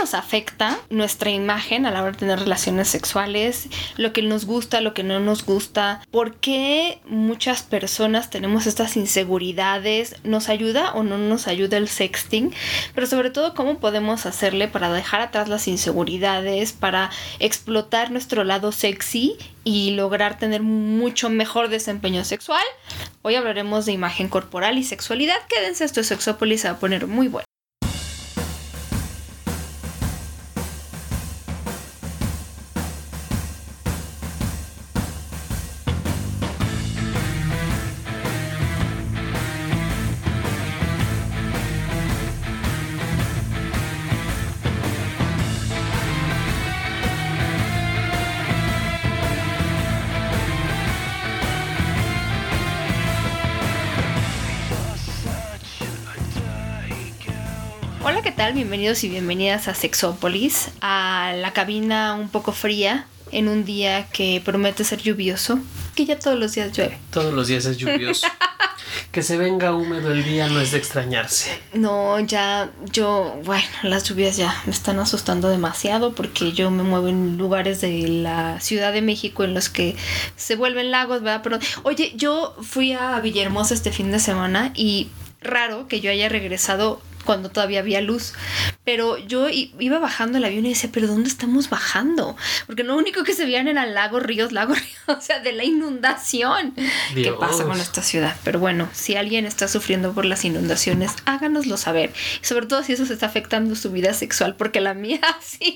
nos afecta nuestra imagen a la hora de tener relaciones sexuales, lo que nos gusta, lo que no nos gusta, por qué muchas personas tenemos estas inseguridades, nos ayuda o no nos ayuda el sexting, pero sobre todo cómo podemos hacerle para dejar atrás las inseguridades, para explotar nuestro lado sexy y lograr tener mucho mejor desempeño sexual. Hoy hablaremos de imagen corporal y sexualidad. Quédense, esto es Sexópolis, se va a poner muy bueno. Hola, ¿qué tal? Bienvenidos y bienvenidas a Sexópolis, a la cabina un poco fría en un día que promete ser lluvioso, que ya todos los días llueve. Todos los días es lluvioso. Que se venga húmedo el día no es de extrañarse. No, bueno, las lluvias ya me están asustando demasiado porque yo me muevo en lugares de la Ciudad de México en los que se vuelven lagos, ¿verdad? Pero, oye, yo fui a Villahermosa este fin de semana y raro que yo haya regresado cuando todavía había luz, pero yo iba bajando el avión y decía, ¿pero dónde estamos bajando? Porque lo único que se veían eran lagos, ríos, o sea, de la inundación. Dios. ¿Qué pasa con esta ciudad? Pero bueno, si alguien está sufriendo por las inundaciones, háganoslo saber, sobre todo si eso se está afectando su vida sexual, porque la mía sí.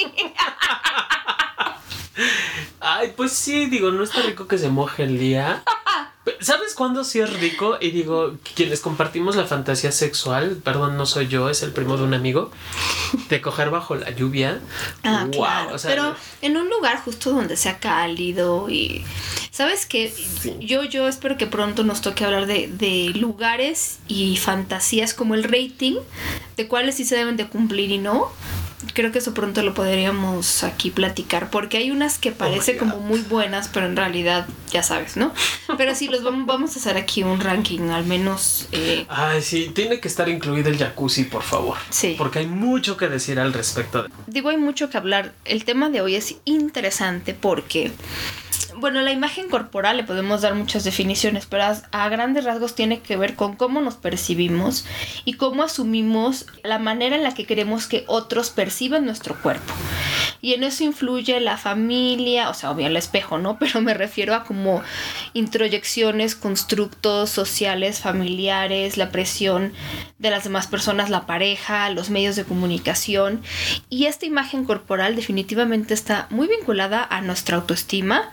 Ay, pues sí, digo, no está rico que se moje el día. ¿Sabes cuándo sí es rico? Y digo, quienes compartimos la fantasía sexual, perdón, no soy yo, es el primo de un amigo, de coger bajo la lluvia. Ah, wow, claro. O sea, pero en un lugar justo donde sea cálido y... ¿Sabes qué? Sí. Yo espero que pronto nos toque hablar de lugares y fantasías como el rating, de cuáles sí se deben de cumplir y no. Creo que eso pronto lo podríamos aquí platicar, porque hay unas que parecen como muy buenas, pero en realidad ya sabes, ¿no? Pero sí, vamos a hacer aquí un ranking, al menos... Ay, sí, tiene que estar incluido el jacuzzi, por favor. Sí. Porque hay mucho que decir al respecto. Digo, hay mucho que hablar. El tema de hoy es interesante porque... Bueno, la imagen corporal le podemos dar muchas definiciones, pero a grandes rasgos tiene que ver con cómo nos percibimos y cómo asumimos la manera en la que queremos que otros perciban nuestro cuerpo. Y en eso influye la familia, o sea, obvio el espejo, ¿no? Pero me refiero a como introyecciones, constructos sociales, familiares, la presión de las demás personas, la pareja, los medios de comunicación. Y esta imagen corporal definitivamente está muy vinculada a nuestra autoestima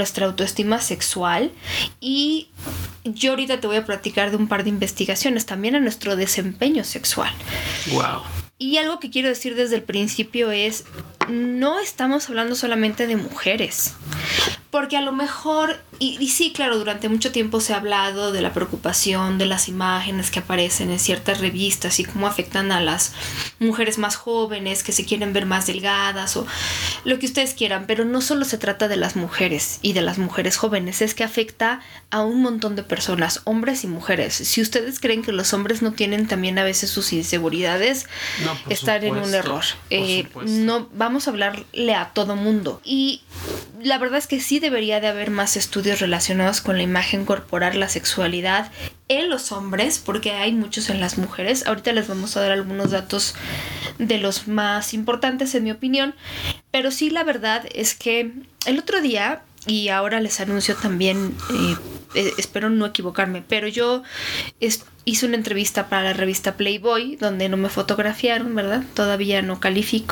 sexual, y yo ahorita te voy a platicar de un par de investigaciones también a nuestro desempeño sexual. Wow. Y algo que quiero decir desde el principio es, no estamos hablando solamente de mujeres, porque a lo mejor, y sí, claro, durante mucho tiempo se ha hablado de la preocupación de las imágenes que aparecen en ciertas revistas y cómo afectan a las mujeres más jóvenes que se quieren ver más delgadas o lo que ustedes quieran, pero no solo se trata de las mujeres y de las mujeres jóvenes, es que afecta a un montón de personas, hombres y mujeres. Si ustedes creen que los hombres no tienen también a veces sus inseguridades, no, están en un error. No vamos a hablarle a todo mundo. Y la verdad es que sí debería de haber más estudios relacionados con la imagen corporal, la sexualidad en los hombres, porque hay muchos en las mujeres. Ahorita les vamos a dar algunos datos de los más importantes en mi opinión, pero sí, la verdad es que el otro día, y ahora les anuncio también, espero no equivocarme, pero yo hice una entrevista para la revista Playboy, donde no me fotografiaron, ¿verdad? Todavía no califico.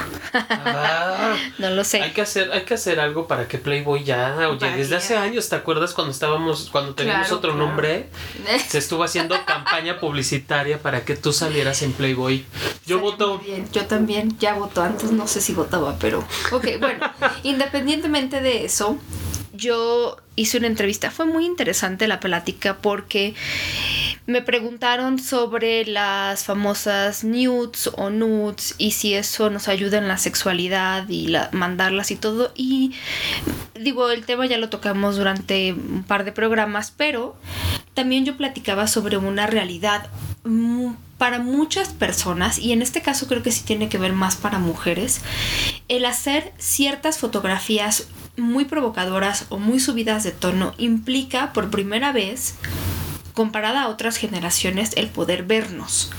No lo sé. Hay que hacer algo para que Playboy oye, desde hace años, ¿te acuerdas cuando teníamos otro nombre? Se estuvo haciendo campaña publicitaria para que tú salieras en Playboy. Yo voto. Bien. Yo también ya voto antes, no sé si votaba, pero... Ok, bueno, independientemente de eso, yo hice una entrevista. Fue muy interesante la plática porque me preguntaron sobre las famosas nudes o nudes y si eso nos ayuda en la sexualidad y mandarlas y todo. Y digo, el tema ya lo tocamos durante un par de programas, pero también yo platicaba sobre una realidad para muchas personas, y en este caso creo que sí tiene que ver más para mujeres, el hacer ciertas fotografías muy provocadoras o muy subidas de tono implica por primera vez, comparada a otras generaciones, el poder vernos.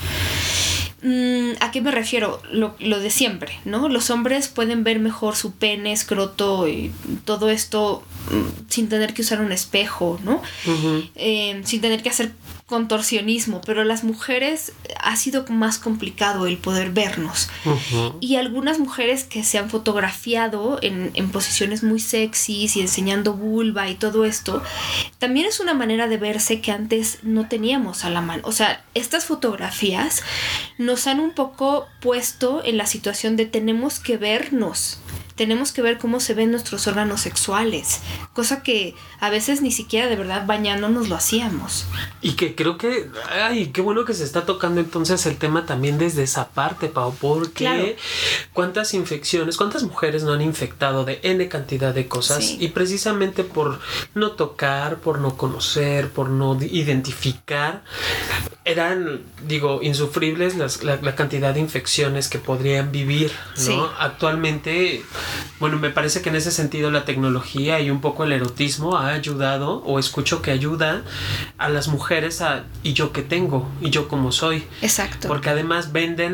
¿A qué me refiero? Lo de siempre, ¿no? Los hombres pueden ver mejor su pene, escroto y todo esto sin tener que usar un espejo, ¿no? Sin tener que hacer contorsionismo, pero las mujeres ha sido más complicado el poder vernos. Y algunas mujeres que se han fotografiado en posiciones muy sexys y enseñando vulva y todo esto, también es una manera de verse que antes no teníamos a la mano. O sea, estas fotografías nos han un poco puesto en la situación de tenemos que vernos. Tenemos que ver cómo se ven nuestros órganos sexuales, cosa que a veces ni siquiera de verdad bañándonos lo hacíamos. Y que creo que, ay, qué bueno que se está tocando entonces el tema también desde esa parte, Pau, porque claro, cuántas infecciones, cuántas mujeres no han infectado de N cantidad de cosas, sí, y precisamente por no tocar, por no conocer, por no identificar, eran, digo, insufribles la cantidad de infecciones que podrían vivir, ¿no? Sí. Actualmente, bueno, me parece que en ese sentido la tecnología y un poco el erotismo ha ayudado, o escucho que ayuda a las mujeres a y yo qué tengo, y yo cómo soy. Exacto. Porque además venden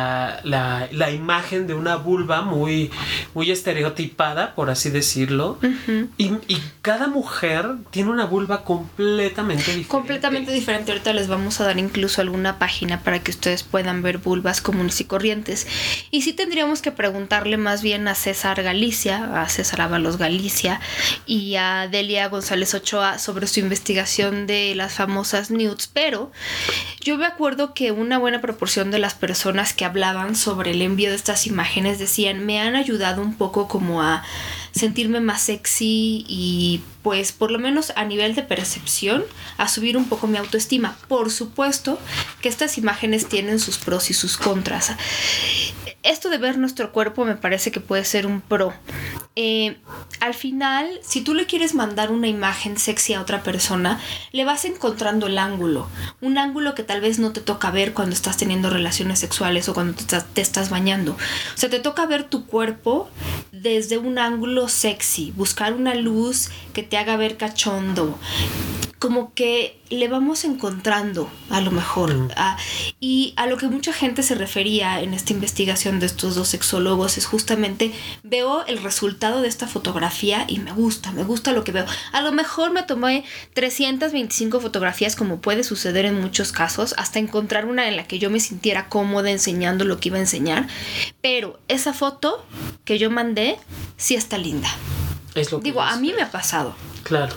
la imagen de una vulva muy, muy estereotipada, por así decirlo. Y cada mujer tiene una vulva completamente diferente. Completamente diferente. Ahorita les vamos a dar incluso alguna página para que ustedes puedan ver vulvas comunes y corrientes. Y sí tendríamos que preguntarle más bien a César Galicia, a César Ábalos Galicia y a Delia González Ochoa sobre su investigación de las famosas nudes, pero yo me acuerdo que una buena proporción de las personas que hablaban sobre el envío de estas imágenes decían, me han ayudado un poco como a sentirme más sexy y pues por lo menos a nivel de percepción a subir un poco mi autoestima. Por supuesto que estas imágenes tienen sus pros y sus contras. Esto de ver nuestro cuerpo me parece que puede ser un pro. Al final, si tú le quieres mandar una imagen sexy a otra persona, le vas encontrando el ángulo. Un ángulo que tal vez no te toca ver cuando estás teniendo relaciones sexuales o cuando te estás bañando. O sea, te toca ver tu cuerpo desde un ángulo sexy. Buscar una luz que te haga ver cachondo. Como que le vamos encontrando a lo mejor. Y a lo que mucha gente se refería en esta investigación de estos dos sexólogos es justamente veo el resultado de esta fotografía y me gusta lo que veo. A lo mejor me tomé 325 fotografías, como puede suceder en muchos casos, hasta encontrar una en la que yo me sintiera cómoda enseñando lo que iba a enseñar. Pero esa foto que yo mandé sí está linda. Es lo que digo, a mí me ha pasado. Claro.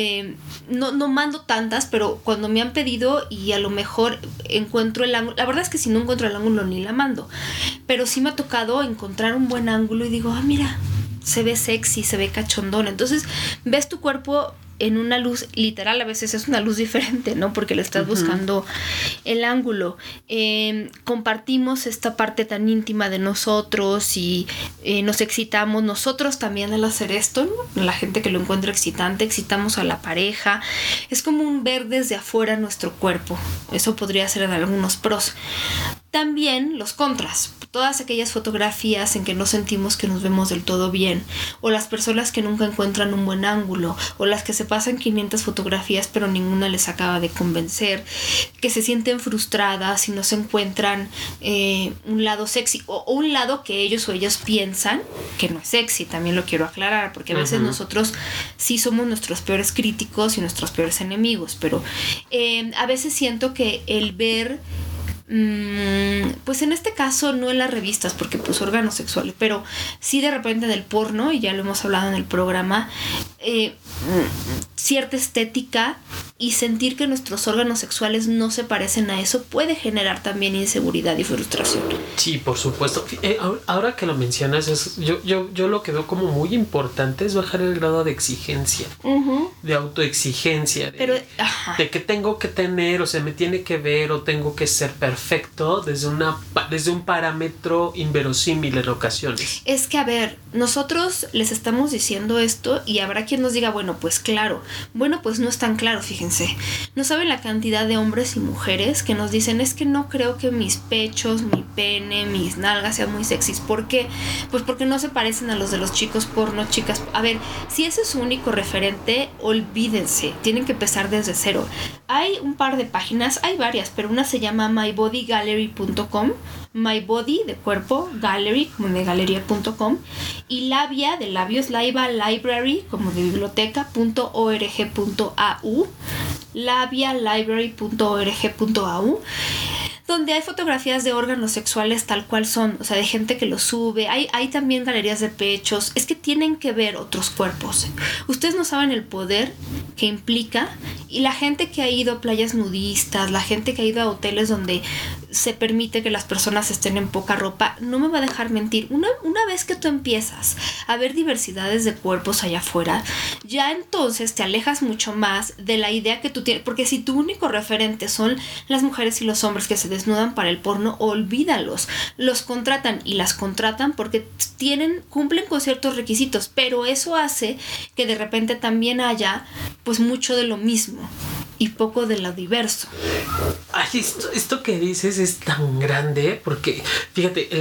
No mando tantas, pero cuando me han pedido y a lo mejor encuentro el ángulo, la verdad es que si no encuentro el ángulo ni la mando, pero sí me ha tocado encontrar un buen ángulo y digo, mira, se ve sexy, se ve cachondón. Entonces ves tu cuerpo en una luz literal, a veces es una luz diferente, ¿no? Porque le estás buscando el ángulo. Compartimos esta parte tan íntima de nosotros y nos excitamos nosotros también al hacer esto, ¿no? La gente que lo encuentra excitante, excitamos a la pareja. Es como un ver desde afuera nuestro cuerpo. Eso podría ser en algunos pros. También los contras, todas aquellas fotografías en que no sentimos que nos vemos del todo bien, o las personas que nunca encuentran un buen ángulo, o las que se pasan 500 fotografías pero ninguna les acaba de convencer, que se sienten frustradas y no se encuentran un lado sexy, o un lado que ellos o ellas piensan que no es sexy. También lo quiero aclarar, porque a veces nosotros sí somos nuestros peores críticos y nuestros peores enemigos, pero a veces siento que el ver pues en este caso no en las revistas porque pues órganos sexuales, pero sí de repente del porno, y ya lo hemos hablado en el programa, cierta estética y sentir que nuestros órganos sexuales no se parecen a eso puede generar también inseguridad y frustración. Sí, por supuesto. Ahora que lo mencionas, yo lo que veo como muy importante es bajar el grado de exigencia, de autoexigencia, de que tengo que tener, o sea, me tiene que ver o tengo que ser perfecto desde un parámetro inverosímil en ocasiones. Es que, a ver, nosotros les estamos diciendo esto y habrá quien nos diga, bueno, pues claro. Bueno, pues no es tan claro, fíjense. No saben la cantidad de hombres y mujeres que nos dicen, es que no creo que mis pechos, mi pene, mis nalgas sean muy sexys. ¿Por qué? Pues porque no se parecen a los de los chicos porno, chicas. A ver, si ese es su único referente, olvídense. Tienen que empezar desde cero. Hay un par de páginas, hay varias, pero una se llama mybodygallery.com, mybody de cuerpo, gallery como de galería.com, y labia de labios, laiba library como de biblioteca.org.au, labialibrary.org.au, donde hay fotografías de órganos sexuales tal cual son, o sea, de gente que los sube. Hay también galerías de pechos. Es que tienen que ver otros cuerpos. Ustedes no saben el poder que implica, y la gente que ha ido a playas nudistas, la gente que ha ido a hoteles donde se permite que las personas estén en poca ropa, no me va a dejar mentir. Una vez que tú empiezas a ver diversidades de cuerpos allá afuera, ya entonces te alejas mucho más de la idea que tú tienes, porque si tu único referente son las mujeres y los hombres que se desnudan para el porno, olvídalos. Los contratan y las contratan porque cumplen con ciertos requisitos, pero eso hace que de repente también haya pues mucho de lo mismo y poco de lo diverso. Ay, esto que dices es tan grande, porque fíjate,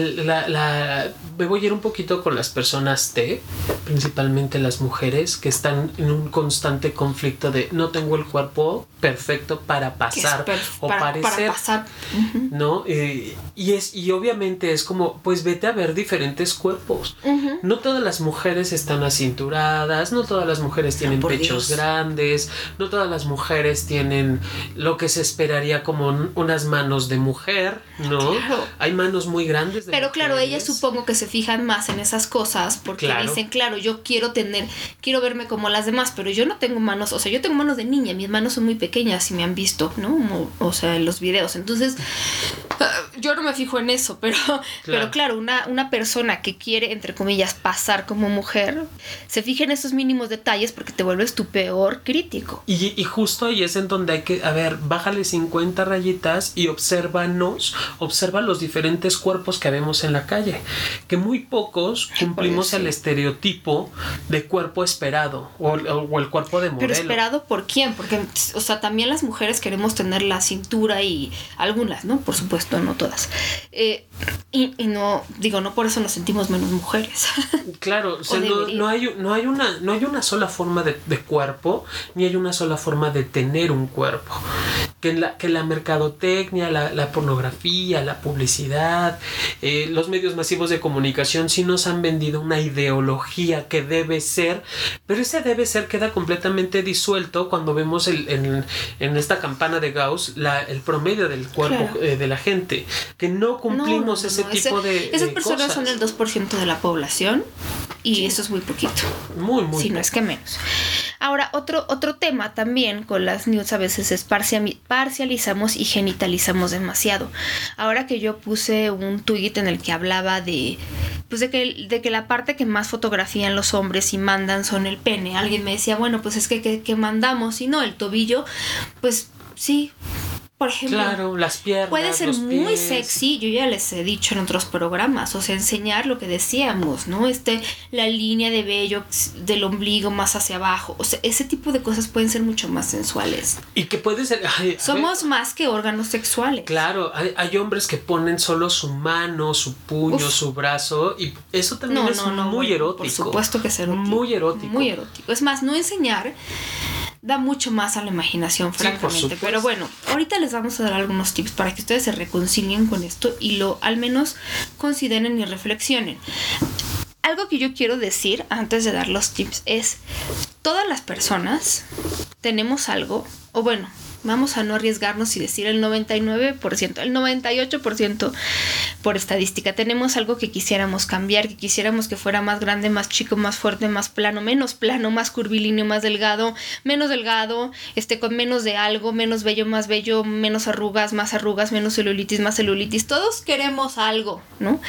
me voy a ir un poquito con las personas principalmente las mujeres, que están en un constante conflicto de no tengo el cuerpo perfecto para pasar parecer. Para pasar. Uh-huh. ¿No? Y obviamente es como, pues vete a ver diferentes cuerpos. Uh-huh. No todas las mujeres están acinturadas, no todas las mujeres tienen pechos grandes, no todas las mujeres tienen lo que se esperaría como unas manos de mujer, ¿no? Claro. Hay manos muy grandes de pero mujeres. Claro, ellas supongo que se fijan más en esas cosas porque dicen, claro, yo quiero verme como las demás, pero yo no tengo manos, o sea, yo tengo manos de niña, mis manos son muy pequeñas, si me han visto, ¿no? O sea, en los videos. Entonces, yo no me fijo en eso, pero claro, una persona que quiere, entre comillas, pasar como mujer, se fija en esos mínimos detalles porque te vuelves tu peor crítico. Y justo ahí es en donde hay que, bájale 50 rayitas y observa los diferentes cuerpos que vemos en la calle, que muy pocos cumplimos el estereotipo de cuerpo esperado o el cuerpo de modelo. ¿Pero esperado por quién? Porque, o sea, también las mujeres queremos tener la cintura y algunas, ¿no? Por supuesto, no todas. Y no, digo, no por eso nos sentimos menos mujeres. Claro, o sea, no hay una sola forma de cuerpo, ni hay una sola forma de tener un cuerpo. Que la mercadotecnia, la pornografía, la publicidad, los medios masivos de comunicación sí nos han vendido una ideología que debe ser, pero ese debe ser queda completamente disuelto cuando vemos en esta campana de Gauss el promedio del cuerpo de la gente, que no cumplimos ese tipo de esas personas son el 2% de la población y eso es muy poquito. Muy, muy si no es que menos. Ahora, otro tema también con las news a veces es parcializamos y genitalizamos demasiado. Ahora que yo puse un tweet en el que hablaba de que la parte que más fotografían los hombres y mandan son el pene. Alguien me decía, bueno, pues es que mandamos y no, el tobillo, pues sí. Por ejemplo, claro, las piernas, puede ser muy sexy, yo ya les he dicho en otros programas, o sea, enseñar lo que decíamos, ¿no? La línea de vello del ombligo más hacia abajo, o sea, ese tipo de cosas pueden ser mucho más sensuales. Y que puede ser... Somos más que órganos sexuales. Claro, hay hombres que ponen solo su mano, su puño, su brazo, y eso también es muy erótico. Por supuesto que es erótico. Muy erótico. Muy erótico. Es más, no enseñar da mucho más a la imaginación, francamente. Pero bueno, ahorita les vamos a dar algunos tips para que ustedes se reconcilien con esto y al menos consideren y reflexionen. Algo que yo quiero decir antes de dar los tips es: todas las personas tenemos algo, o bueno, vamos a no arriesgarnos y decir el 99%, el 98% por estadística. Tenemos algo que quisiéramos cambiar, que quisiéramos que fuera más grande, más chico, más fuerte, más plano, más curvilíneo, más delgado, menos delgado, con menos de algo, menos vello, más vello, menos arrugas, más arrugas, menos celulitis, más celulitis. Todos queremos algo, ¿no?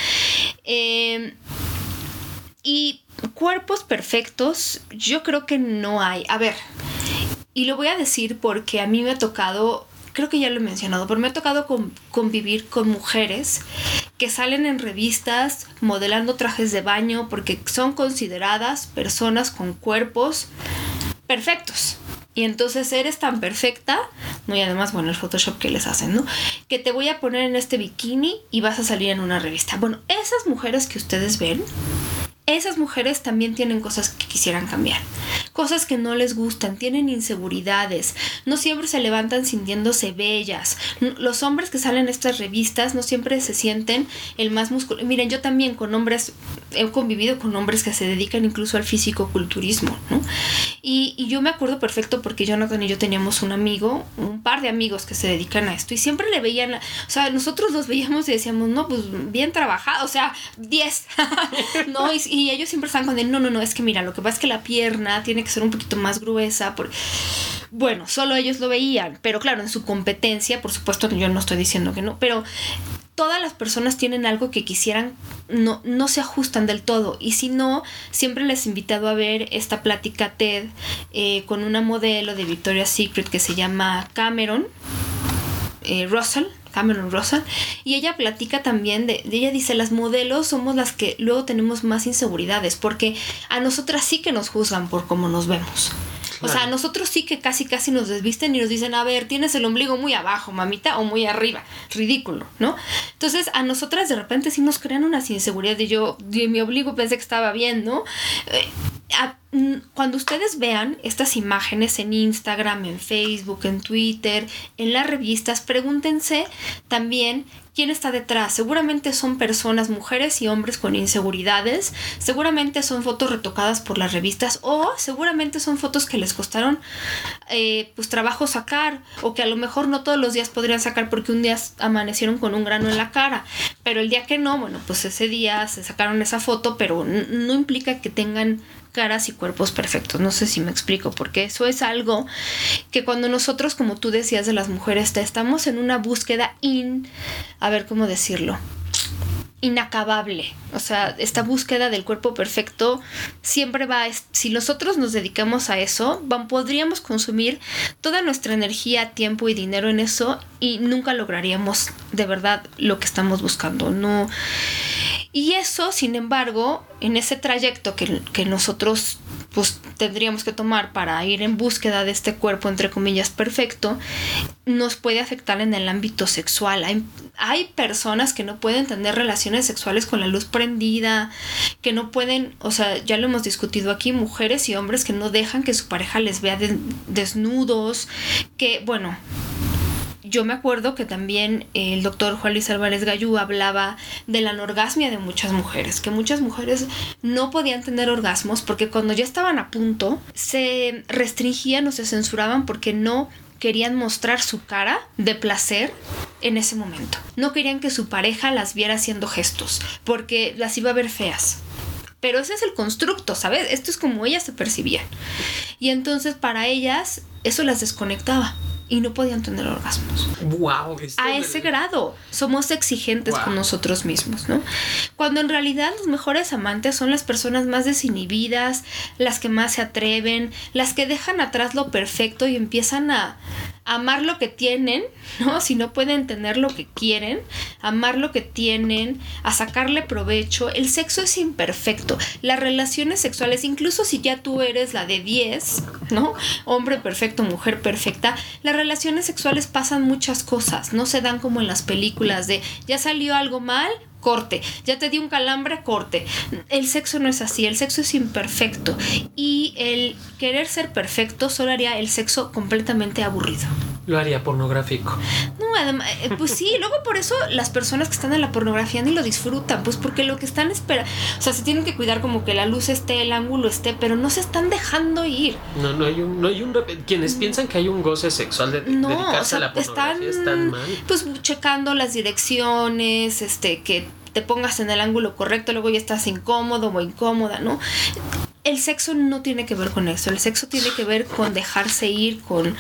Y cuerpos perfectos, yo creo que no hay. A ver, y lo voy a decir porque a mí me ha tocado creo que ya lo he mencionado, pero me ha tocado convivir con mujeres que salen en revistas modelando trajes de baño porque son consideradas personas con cuerpos perfectos. Y entonces eres tan perfecta, no, y además, bueno, el Photoshop que les hacen, ¿no? Que te voy a poner en este bikini y vas a salir en una revista. Bueno, esas mujeres que ustedes ven, esas mujeres también tienen cosas que quisieran cambiar, cosas que no les gustan, tienen inseguridades, no siempre se levantan sintiéndose bellas. Los hombres que salen en estas revistas no siempre se sienten el más musculoso. Miren, yo también con hombres, he convivido con hombres que se dedican incluso al fisicoculturismo, ¿no? Y yo me acuerdo perfecto porque Jonathan y yo teníamos un par de amigos que se dedican a esto y siempre le veían, o sea, nosotros los veíamos y decíamos, no, pues bien trabajado, o sea, 10, ¿no? Y ellos siempre están con él, no, es que mira, lo que pasa es que la pierna tiene que ser un poquito más gruesa. Bueno, solo ellos lo veían, pero claro, en su competencia, por supuesto, yo no estoy diciendo que no, pero todas las personas tienen algo que quisieran, no se ajustan del todo. Y si no, siempre les he invitado a ver esta plática TED con una modelo de Victoria's Secret que se llama Cameron Russell, y ella platica también ella dice, las modelos somos las que luego tenemos más inseguridades, porque a nosotras sí que nos juzgan por cómo nos vemos. O sea, a nosotros sí que casi nos desvisten y nos dicen, a ver, tienes el ombligo muy abajo, mamita, o muy arriba. Ridículo, ¿no? Entonces, a nosotras de repente sí nos crean unas inseguridades. Y yo, de mi ombligo pensé que estaba bien, ¿no? Cuando ustedes vean estas imágenes en Instagram, en Facebook, en Twitter, en las revistas, pregúntense también quién está detrás. Seguramente son personas, mujeres y hombres con inseguridades. Seguramente son fotos retocadas por las revistas o seguramente son fotos que les costaron pues trabajo sacar, o que a lo mejor no todos los días podrían sacar porque un día amanecieron con un grano en la cara, pero el día que no, bueno, pues ese día se sacaron esa foto, pero no implica que tengan caras y cuerpos perfectos. No sé si me explico, porque eso es algo que cuando nosotros, como tú decías de las mujeres, estamos en una búsqueda a ver cómo decirlo, inacabable. O sea, esta búsqueda del cuerpo perfecto siempre si nosotros nos dedicamos a eso, podríamos consumir toda nuestra energía, tiempo y dinero en eso y nunca lograríamos de verdad lo que estamos buscando. No. Y eso, sin embargo, en ese trayecto que nosotros pues tendríamos que tomar para ir en búsqueda de este cuerpo, entre comillas, perfecto, nos puede afectar en el ámbito sexual. Hay personas que no pueden tener relaciones sexuales con la luz prendida, que no pueden, o sea, ya lo hemos discutido aquí, mujeres y hombres que no dejan que su pareja les vea desnudos, que, bueno... Yo me acuerdo que también el doctor Juan Luis Álvarez Gallú hablaba de la anorgasmia de muchas mujeres, que muchas mujeres no podían tener orgasmos porque cuando ya estaban a punto se restringían o se censuraban porque no querían mostrar su cara de placer en ese momento. No querían que su pareja las viera haciendo gestos porque las iba a ver feas. Pero ese es el constructo, ¿sabes? Esto es como ellas se percibían. Y entonces para ellas eso las desconectaba. Y no podían tener orgasmos. Wow, a ese grado somos exigentes con nosotros mismos, ¿no? Cuando en realidad los mejores amantes son las personas más desinhibidas, las que más se atreven, las que dejan atrás lo perfecto y empiezan a amar lo que tienen, ¿no? Si no pueden tener lo que quieren, amar lo que tienen, a sacarle provecho. El sexo es imperfecto. Las relaciones sexuales, incluso si ya tú eres la de 10, ¿no? Hombre perfecto, mujer perfecta, las relaciones sexuales pasan muchas cosas, no se dan como en las películas de ya salió algo mal, corte, ya te di un calambre, corte. El sexo no es así, el sexo es imperfecto y el querer ser perfecto solo haría el sexo completamente aburrido. Lo haría pornográfico. No, además, pues sí, luego por eso las personas que están en la pornografía ni lo disfrutan, pues porque lo que están esperando, o sea, se tienen que cuidar como que la luz esté, el ángulo esté, pero no se están dejando ir. No hay un quienes piensan que hay un goce sexual de dedicarse, o sea, a la pornografía están mal. Pues checando las direcciones, que te pongas en el ángulo correcto, luego ya estás incómodo o incómoda, ¿no? El sexo no tiene que ver con eso. El sexo tiene que ver con dejarse ir, con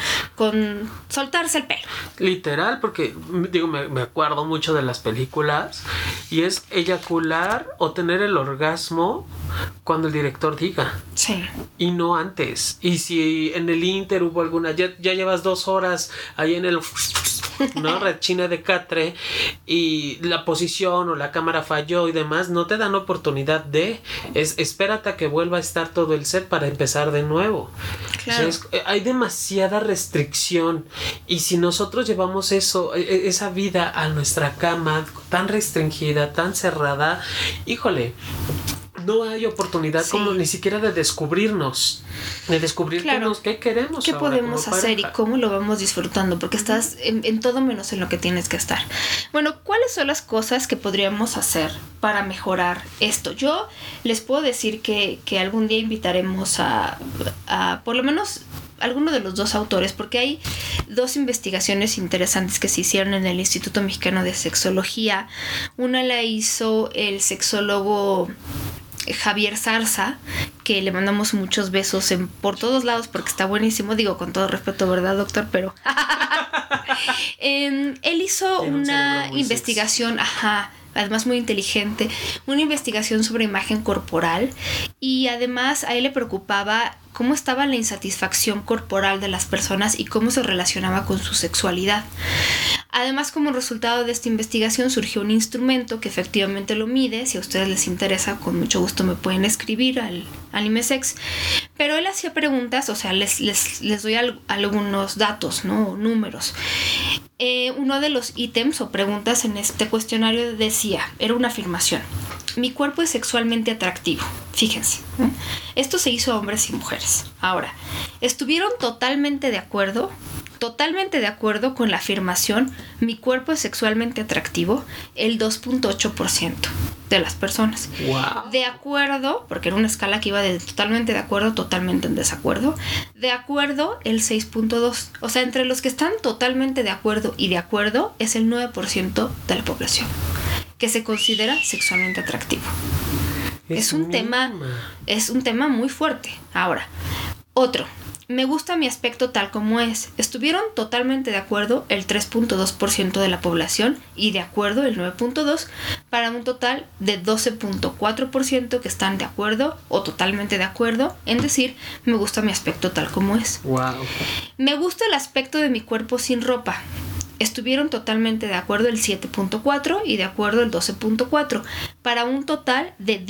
soltarse el pelo. Literal, porque digo, me acuerdo mucho de las películas y es eyacular o tener el orgasmo cuando el director diga. Sí. Y no antes. Y si en el inter hubo alguna, ya llevas 2 horas ahí en el ¿no? Rechina de catre y la posición o la cámara falló y demás, no te dan oportunidad de... espérate a que vuelva a estar todo el set para empezar de nuevo. Claro. O sea, hay demasiada restricción y si nosotros llevamos esa vida a nuestra cama tan restringida, tan cerrada, híjole, no hay oportunidad como ni siquiera de descubrirnos, claro, qué queremos, qué ahora podemos como hacer pareja. y cómo lo vamos disfrutando, porque estás en todo menos en lo que tienes que estar. Bueno, ¿cuáles son las cosas que podríamos hacer para mejorar esto? Yo les puedo decir que algún día invitaremos a por lo menos alguno de los dos autores, porque hay dos investigaciones interesantes que se hicieron en el Instituto Mexicano de Sexología. Una la hizo el sexólogo Javier Zarza, que le mandamos muchos besos por todos lados porque está buenísimo, digo con todo respeto, ¿verdad, doctor? Pero él hizo una investigación, además muy inteligente, una investigación sobre imagen corporal, y además a él le preocupaba cómo estaba la insatisfacción corporal de las personas y cómo se relacionaba con su sexualidad. Además, como resultado de esta investigación surgió un instrumento que efectivamente lo mide. Si a ustedes les interesa, con mucho gusto me pueden escribir al IMESEX. Pero él hacía preguntas, o sea, les doy algunos datos, ¿no? Números. Uno de los ítems o preguntas en este cuestionario decía, era una afirmación: mi cuerpo es sexualmente atractivo. Fíjense, ¿eh? Esto se hizo a hombres y mujeres. Ahora, ¿estuvieron totalmente de acuerdo con la afirmación mi cuerpo es sexualmente atractivo? El 2.8% de las personas. Wow. De acuerdo, porque era una escala que iba de totalmente de acuerdo, totalmente en desacuerdo. De acuerdo, el 6.2%. O sea, entre los que están totalmente de acuerdo y de acuerdo es el 9% de la población que se considera sexualmente atractivo. Es un tema muy fuerte. Ahora, otro. Me gusta mi aspecto tal como es. Estuvieron totalmente de acuerdo el 3.2% de la población y de acuerdo el 9.2%, para un total de 12.4% que están de acuerdo o totalmente de acuerdo en decir me gusta mi aspecto tal como es. Wow. Me gusta el aspecto de mi cuerpo sin ropa. Estuvieron totalmente de acuerdo el 7.4% y de acuerdo el 12.4%, para un total de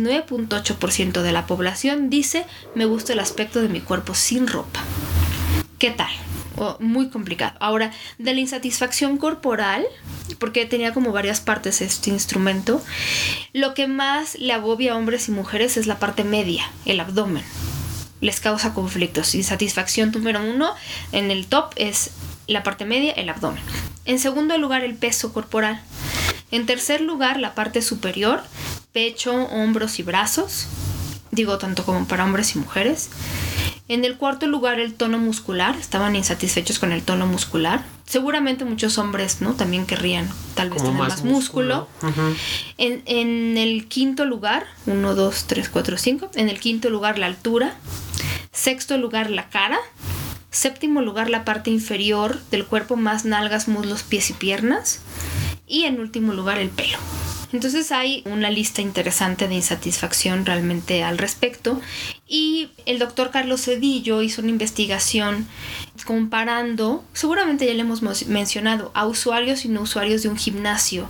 19.8% de la población dice me gusta el aspecto de mi cuerpo sin ropa. ¿Qué tal? Muy complicado. Ahora, de la insatisfacción corporal, porque tenía como varias partes este instrumento, lo que más le agobia a hombres y mujeres es la parte media, el abdomen. Les causa conflictos. Insatisfacción número 1 en el top es la parte media, el abdomen. En segundo lugar, el peso corporal. En tercer lugar, la parte superior, pecho, hombros y brazos. Digo, tanto como para hombres y mujeres. En el cuarto lugar, el tono muscular. Estaban insatisfechos con el tono muscular. Seguramente muchos hombres, ¿no? También querrían tal vez tener más músculo. Uh-huh. En el quinto lugar, 1, 2, 3, 4, 5. En el quinto lugar, la altura. Sexto lugar, la cara. Séptimo lugar, la parte inferior del cuerpo, más nalgas, muslos, pies y piernas. Y en último lugar, el pelo. Entonces hay una lista interesante de insatisfacción realmente al respecto. Y el doctor Carlos Cedillo hizo una investigación comparando, seguramente ya le hemos mencionado, a usuarios y no usuarios de un gimnasio.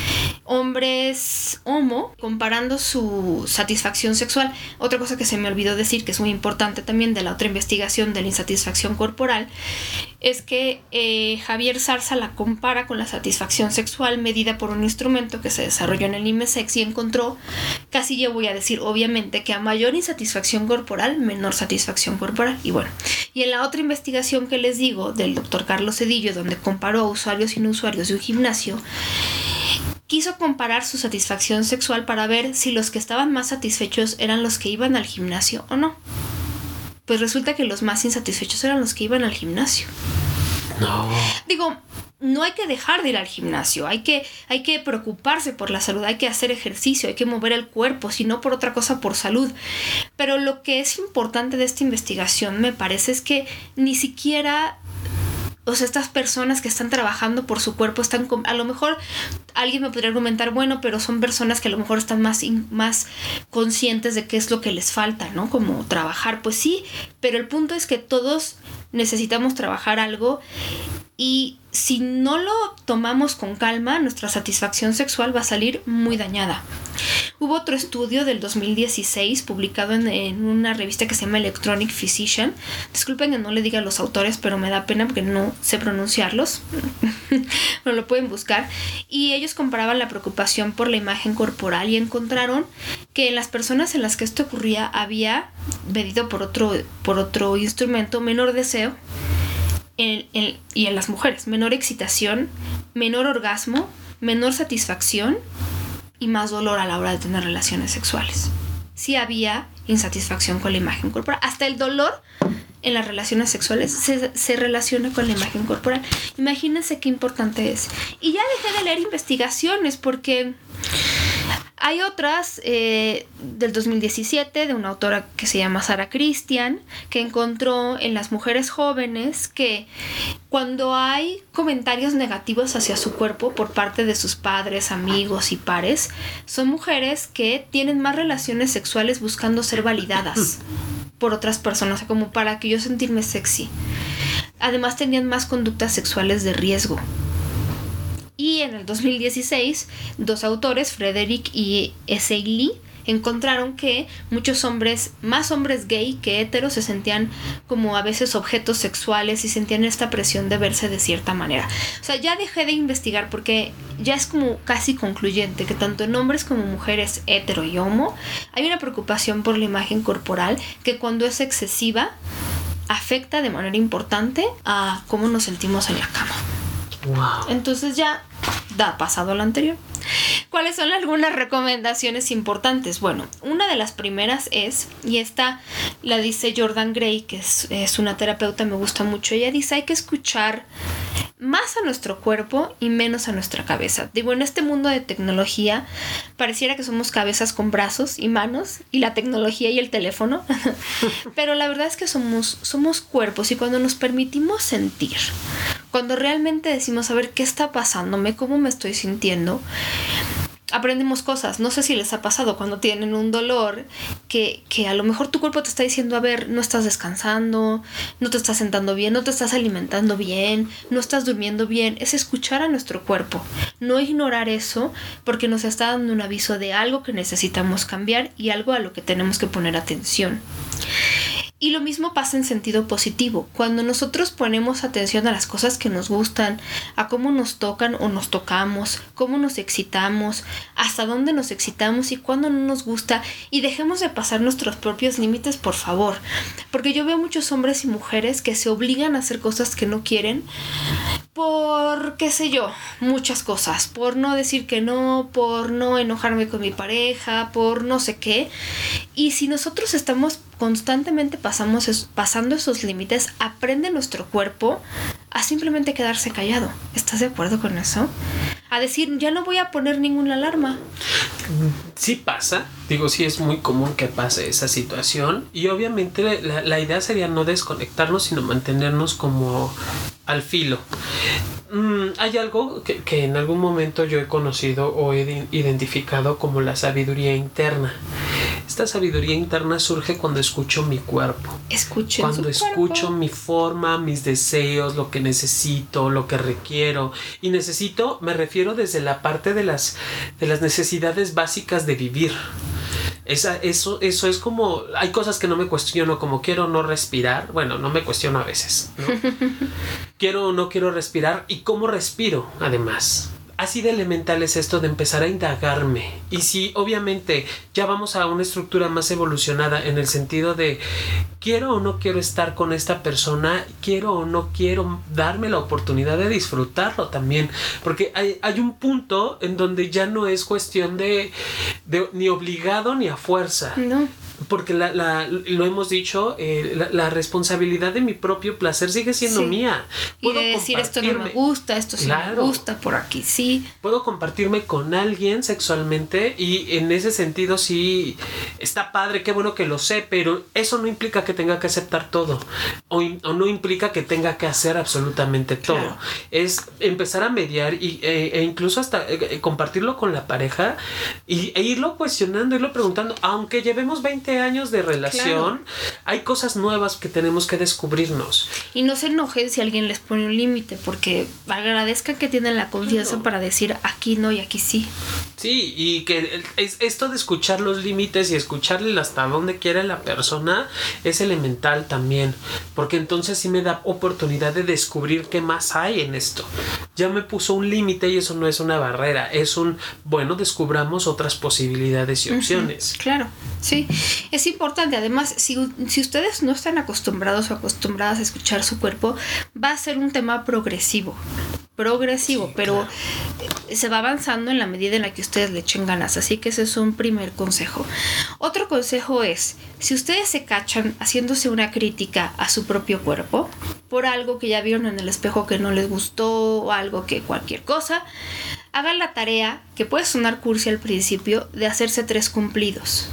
Hombres homo, comparando su satisfacción sexual. Otra cosa que se me olvidó decir, que es muy importante también de la otra investigación de la insatisfacción corporal, es que Javier Zarza la compara con la satisfacción sexual medida por un instrumento que se desarrolló en el IMESEX y encontró, casi yo voy a decir obviamente, que a mayor insatisfacción corporal, menor satisfacción corporal. Y bueno, y en la otra investigación que les digo del doctor Carlos Cedillo, donde comparó a usuarios y no usuarios de un gimnasio, quiso comparar su satisfacción sexual para ver si los que estaban más satisfechos eran los que iban al gimnasio o no. Pues resulta que los más insatisfechos eran los que iban al gimnasio. No. Digo, no hay que dejar de ir al gimnasio, hay que preocuparse por la salud, hay que hacer ejercicio, hay que mover el cuerpo, si no por otra cosa, por salud. Pero lo que es importante de esta investigación, me parece, es que ni siquiera... O sea, estas personas que están trabajando por su cuerpo están... A lo mejor alguien me podría argumentar, bueno, pero son personas que a lo mejor están más conscientes de qué es lo que les falta, ¿no? Como trabajar, pues sí, pero el punto es que todos necesitamos trabajar algo Y si no lo tomamos con calma, nuestra satisfacción sexual va a salir muy dañada. Hubo otro estudio del 2016 publicado en una revista que se llama Electronic Physician. Disculpen que no le diga a los autores, pero me da pena porque no sé pronunciarlos. No lo pueden buscar. Y ellos comparaban la preocupación por la imagen corporal y encontraron que en las personas en las que esto ocurría había, medido por otro instrumento, menor deseo. Y en las mujeres, menor excitación, menor orgasmo, menor satisfacción y más dolor a la hora de tener relaciones sexuales. Sí había insatisfacción con la imagen corporal. Hasta el dolor en las relaciones sexuales se relaciona con la imagen corporal. Imagínense qué importante es. Y ya dejé de leer investigaciones porque hay otras del 2017 de una autora que se llama Sarah Christian, que encontró en las mujeres jóvenes que cuando hay comentarios negativos hacia su cuerpo por parte de sus padres, amigos y pares, son mujeres que tienen más relaciones sexuales buscando ser validadas por otras personas, como para que yo sentirme sexy. Además tenían más conductas sexuales de riesgo. Y en el 2016, dos autores, Frederick y Essay, encontraron que muchos hombres, más hombres gay que heteros, se sentían como a veces objetos sexuales y sentían esta presión de verse de cierta manera. O sea, ya dejé de investigar porque ya es como casi concluyente que tanto en hombres como mujeres hetero y homo hay una preocupación por la imagen corporal que cuando es excesiva afecta de manera importante a cómo nos sentimos en la cama. Wow. Entonces ya da pasado a lo anterior. ¿Cuáles son algunas recomendaciones importantes? Bueno, una de las primeras es, y esta la dice Jordan Gray, que es una terapeuta, me gusta mucho. Ella dice, hay que escuchar más a nuestro cuerpo y menos a nuestra cabeza. Digo, en este mundo de tecnología pareciera que somos cabezas con brazos y manos y la tecnología y el teléfono, pero la verdad es que somos cuerpos y cuando nos permitimos sentir, cuando realmente decimos, a ver, ¿qué está pasándome? ¿Cómo me estoy sintiendo? Aprendemos cosas. No sé si les ha pasado cuando tienen un dolor que a lo mejor tu cuerpo te está diciendo, a ver, no estás descansando, no te estás sentando bien, no te estás alimentando bien, no estás durmiendo bien. Es escuchar a nuestro cuerpo, no ignorar eso porque nos está dando un aviso de algo que necesitamos cambiar y algo a lo que tenemos que poner atención. Y lo mismo pasa en sentido positivo. Cuando nosotros ponemos atención a las cosas que nos gustan, a cómo nos tocan o nos tocamos, cómo nos excitamos, hasta dónde nos excitamos y cuándo no nos gusta, y dejemos de pasar nuestros propios límites, por favor. Porque yo veo muchos hombres y mujeres que se obligan a hacer cosas que no quieren por, qué sé yo, muchas cosas. Por no decir que no, por no enojarme con mi pareja, por no sé qué. Y si nosotros estamos constantemente pasando esos límites, aprende nuestro cuerpo a simplemente quedarse callado. ¿Estás de acuerdo con eso? A decir, ya no voy a poner ninguna alarma. Sí pasa, digo, sí es muy común que pase esa situación y obviamente la idea sería no desconectarnos, sino mantenernos como al filo. Hay algo que en algún momento yo he conocido o he identificado como la sabiduría interna. Esta sabiduría interna surge cuando escucho mi cuerpo. Cuando escucho mi forma, mis deseos, lo que necesito, lo que requiero. Y necesito, me refiero desde la parte de las necesidades básicas de vivir. Eso es como, hay cosas que no me cuestiono, como quiero o no respirar. Bueno, no me cuestiono a veces, ¿no? Quiero o no quiero respirar y cómo respiro, además. Así de elemental es esto de empezar a indagarme. Y si obviamente ya vamos a una estructura más evolucionada en el sentido de quiero o no quiero estar con esta persona, quiero o no quiero darme la oportunidad de disfrutarlo también. Porque hay un punto en donde ya no es cuestión de ni obligado ni a fuerza. No. Porque lo hemos dicho, la responsabilidad de mi propio placer sigue siendo mía. Y de decir esto no me gusta, esto sí me gusta, por aquí sí. Puedo compartirme con alguien sexualmente y en ese sentido sí está padre, qué bueno que lo sé, pero eso no implica que tenga que aceptar todo o no implica que tenga que hacer absolutamente todo. Claro. Es empezar a mediar e incluso hasta compartirlo con la pareja e irlo cuestionando, irlo preguntando, aunque llevemos 20 años de relación, Claro. hay cosas nuevas que tenemos que descubrirnos. Y no se enojen si alguien les pone un límite, porque agradezcan que tienen la confianza Claro. para decir aquí no y aquí sí. Sí, y que esto de escuchar los límites y escucharle hasta donde quiere la persona es elemental también, porque entonces sí me da oportunidad de descubrir qué más hay en esto. Ya me puso un límite y eso no es una barrera, es bueno, descubramos otras posibilidades y opciones. Claro, sí. Es importante. Además, si ustedes no están acostumbrados o acostumbradas a escuchar su cuerpo, va a ser un tema progresivo. Sí, pero se va avanzando en la medida en la que ustedes le echen ganas. Así que ese es un primer consejo. Otro consejo es, si ustedes se cachan haciéndose una crítica a su propio cuerpo por algo que ya vieron en el espejo que no les gustó o algo que cualquier cosa, hagan la tarea, que puede sonar cursi al principio, de hacerse 3 cumplidos.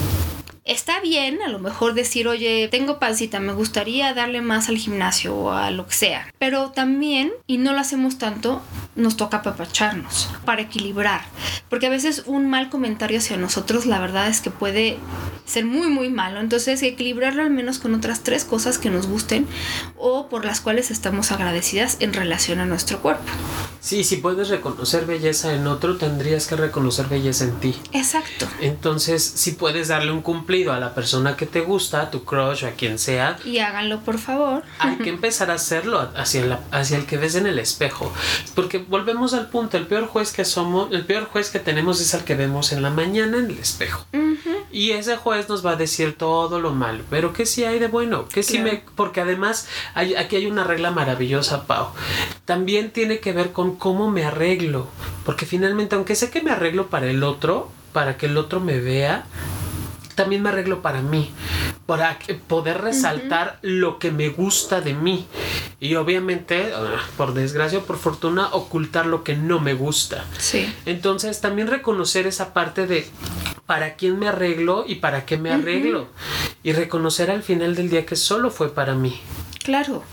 Está bien a lo mejor decir, oye, tengo pancita, me gustaría darle más al gimnasio o a lo que sea. Pero también, y no lo hacemos tanto, nos toca apapacharnos para equilibrar. Porque a veces un mal comentario hacia nosotros, la verdad es que puede ser muy, muy malo. Entonces, equilibrarlo al menos con otras 3 cosas que nos gusten o por las cuales estamos agradecidas en relación a nuestro cuerpo. Sí, si puedes reconocer belleza en otro, tendrías que reconocer belleza en ti. Exacto. Entonces, si puedes darle un cumplido a la persona que te gusta, a tu crush o a quien sea, Y háganlo, por favor. hay que empezar a hacerlo hacia el que ves en el espejo. Porque volvemos al punto, el peor juez que tenemos es el que vemos en la mañana en el espejo. Y ese juez nos va a decir todo lo malo, pero que sí hay de bueno, que sí Claro. porque además aquí hay una regla maravillosa, Pau. También tiene que ver con cómo me arreglo, porque finalmente, aunque sé que me arreglo para el otro, para que el otro me vea, también me arreglo para mí, para poder resaltar lo que me gusta de mí y obviamente, por desgracia o por fortuna, ocultar lo que no me gusta. Sí. Entonces también reconocer esa parte de para quién me arreglo y para qué me arreglo, y reconocer al final del día que solo fue para mí. Claro,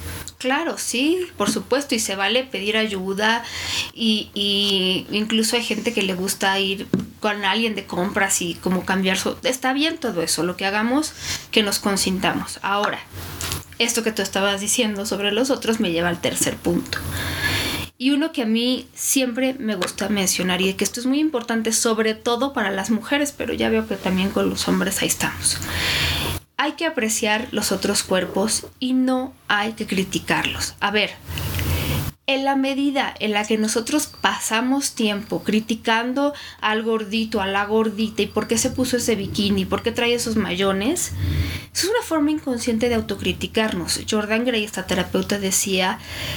sí, por supuesto, y se vale pedir ayuda y incluso hay gente que le gusta ir con alguien de compras y como cambiar su... Está bien todo eso, lo que hagamos, que nos consintamos. Ahora, esto que tú estabas diciendo sobre los otros me lleva al tercer punto. Y uno que a mí siempre me gusta mencionar y que esto es muy importante sobre todo para las mujeres, pero ya veo que también con los hombres ahí estamos. Hay que apreciar los otros cuerpos y no hay que criticarlos. A ver, en la medida en la que nosotros pasamos tiempo criticando al gordito, a la gordita, y por qué se puso ese bikini, por qué trae esos mayones, eso es una forma inconsciente de autocriticarnos. Jordan Gray, esta terapeuta, decía...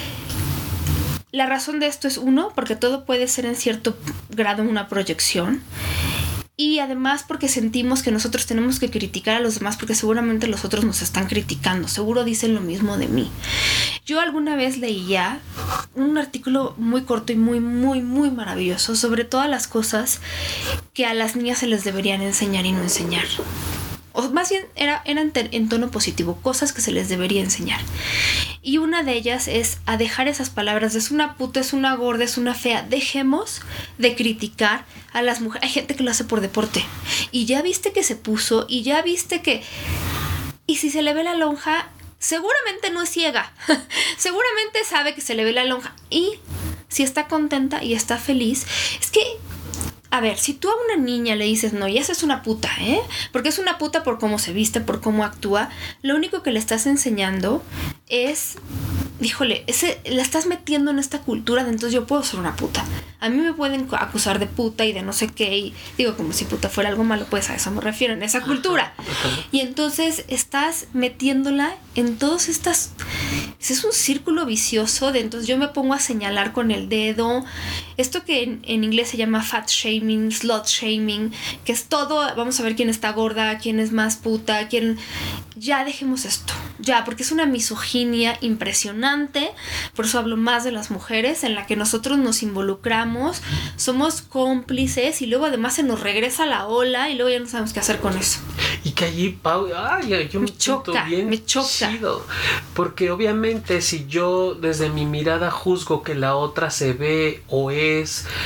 La razón de esto es, uno, porque todo puede ser en cierto grado una proyección. Y además porque sentimos que nosotros tenemos que criticar a los demás porque seguramente los otros nos están criticando. Seguro dicen lo mismo de mí. Yo alguna vez leía un artículo muy corto y muy, muy, muy maravilloso sobre todas las cosas que a las niñas se les deberían enseñar y no enseñar. O más bien eran en tono positivo, cosas que se les debería enseñar. Y una de ellas es a dejar esas palabras de es una puta, es una gorda, es una fea. Dejemos de criticar a las mujeres. Hay gente que lo hace por deporte. Y ya viste que se puso, y ya viste que... Y si se le ve la lonja, seguramente no es ciega. Seguramente sabe que se le ve la lonja. Y si está contenta y está feliz, es que... A ver, si tú a una niña le dices, no, y esa es una puta, porque es una puta por cómo se viste, por cómo actúa, lo único que le estás enseñando es, híjole, la estás metiendo en esta cultura de entonces yo puedo ser una puta. A mí me pueden acusar de puta y de no sé qué, y digo como si puta fuera algo malo, pues a eso me refiero, en esa cultura. Y entonces estás metiéndola en todas estas... Es un círculo vicioso de entonces yo me pongo a señalar con el dedo, esto que en inglés se llama fat shaming, slut shaming, que es todo, vamos a ver quién está gorda, quién es más puta, quién... Ya dejemos esto, ya, porque es una misoginia impresionante, por eso hablo más de las mujeres, en la que nosotros nos involucramos, somos cómplices y luego además se nos regresa la ola y luego ya no sabemos qué hacer con eso. Y que allí, Pau, yo me choca, bien me choca. chido, porque obviamente si yo desde mi mirada juzgo que la otra se ve o es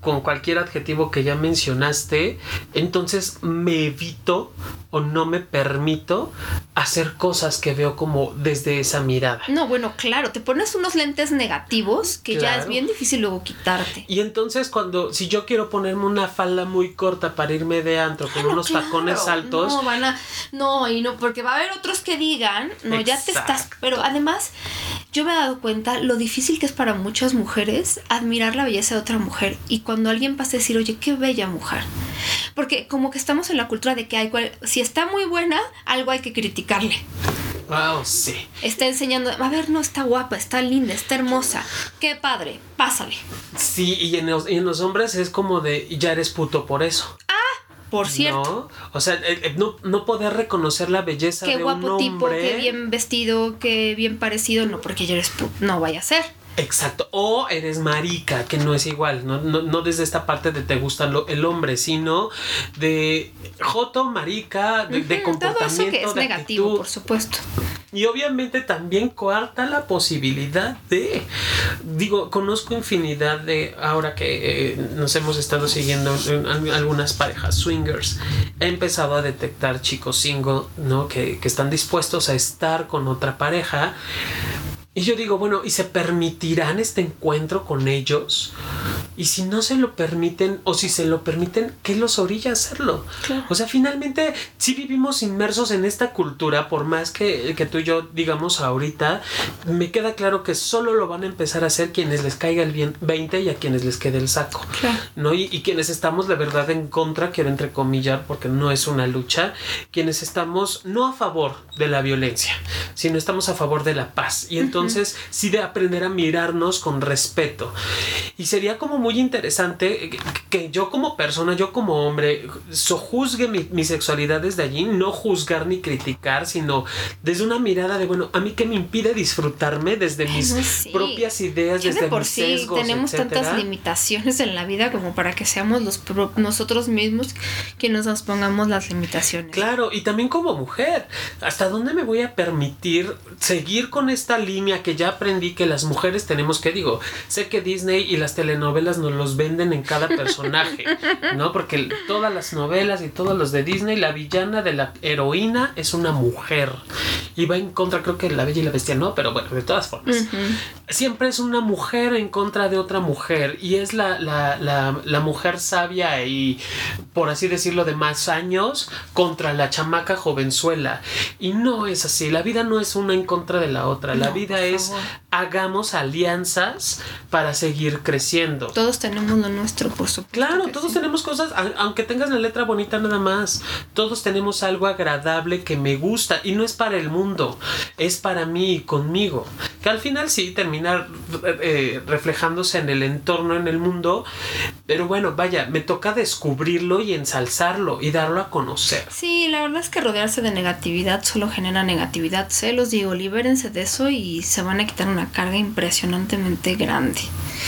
con cualquier adjetivo que ya mencionaste, entonces me evito o no me permito hacer cosas que veo como desde esa mirada. No, bueno, claro, te pones unos lentes negativos que ya es bien difícil luego quitarte. Y entonces si yo quiero ponerme una falda muy corta para irme de antro con unos tacones altos. No, porque va a haber otros que digan, no, ya te estás, pero además yo me he dado cuenta lo difícil que es para muchas mujeres admirar la belleza de otra mujer y cuando alguien pasa a decir, oye, qué bella mujer. Porque como que estamos en la cultura de que si está muy buena, algo hay que criticarle. Wow, sí. Está enseñando, a ver, no, está guapa, está linda, está hermosa. Qué padre, pásale. Sí, y en los hombres es como de, ya eres puto por eso. Por cierto. No, o sea, no poder reconocer la belleza de un hombre. Qué guapo tipo, qué bien vestido, qué bien parecido, no, porque ya eres puto, no vaya a ser. Exacto, o eres marica, que no es igual, no desde esta parte de te gusta el hombre, sino de joto, marica, de comportamiento, todo eso que es negativo, actitud. Por supuesto. Y obviamente también coarta la posibilidad conozco infinidad de, ahora que nos hemos estado siguiendo algunas parejas swingers, he empezado a detectar chicos single, ¿no? Que están dispuestos a estar con otra pareja. Y yo digo, bueno, ¿y se permitirán este encuentro con ellos? Y si no se lo permiten, o si se lo permiten, ¿qué los orilla a hacerlo? Claro. O sea, finalmente, sí vivimos inmersos en esta cultura, por más que tú y yo digamos ahorita, me queda claro que solo lo van a empezar a hacer quienes les caiga el 20 y a quienes les quede el saco. Claro. ¿No? Y quienes estamos de verdad en contra, quiero entrecomillar porque no es una lucha, quienes estamos no a favor de la violencia, sino estamos a favor de la paz. Y entonces sí de aprender a mirarnos con respeto. Y sería como muy interesante que yo como persona, yo como hombre, sojuzgue mi sexualidad desde allí, no juzgar ni criticar, sino desde una mirada de, bueno, a mí que me impide disfrutarme desde mis propias ideas, ya desde de por mis sí sesgos, tenemos etcétera. Tantas limitaciones en la vida como para que seamos nosotros mismos quienes nos pongamos las limitaciones. Claro, y también como mujer, ¿hasta dónde me voy a permitir seguir con esta línea que ya aprendí que las mujeres tenemos que, sé que Disney y las telenovelas nos los venden en cada personaje, ¿no? Porque todas las novelas y todos los de Disney, la villana de la heroína es una mujer y va en contra, creo que La Bella y la Bestia, ¿no? Pero bueno, de todas formas, siempre es una mujer en contra de otra mujer y es la mujer sabia y, por así decirlo, de más años contra la chamaca jovenzuela. Y no es así, la vida no es una en contra de la otra, la vida es hagamos alianzas para seguir creciendo. Todos tenemos lo nuestro, por supuesto. Claro, todos tenemos cosas, aunque tengas la letra bonita nada más, todos tenemos algo agradable que me gusta y no es para el mundo, es para mí y conmigo, que al final sí termina reflejándose en el entorno, en el mundo, pero bueno, vaya, me toca descubrirlo y ensalzarlo y darlo a conocer. Sí, la verdad es que rodearse de negatividad solo genera negatividad, se los digo, libérense de eso y se van a quitar una carga impresionantemente grande.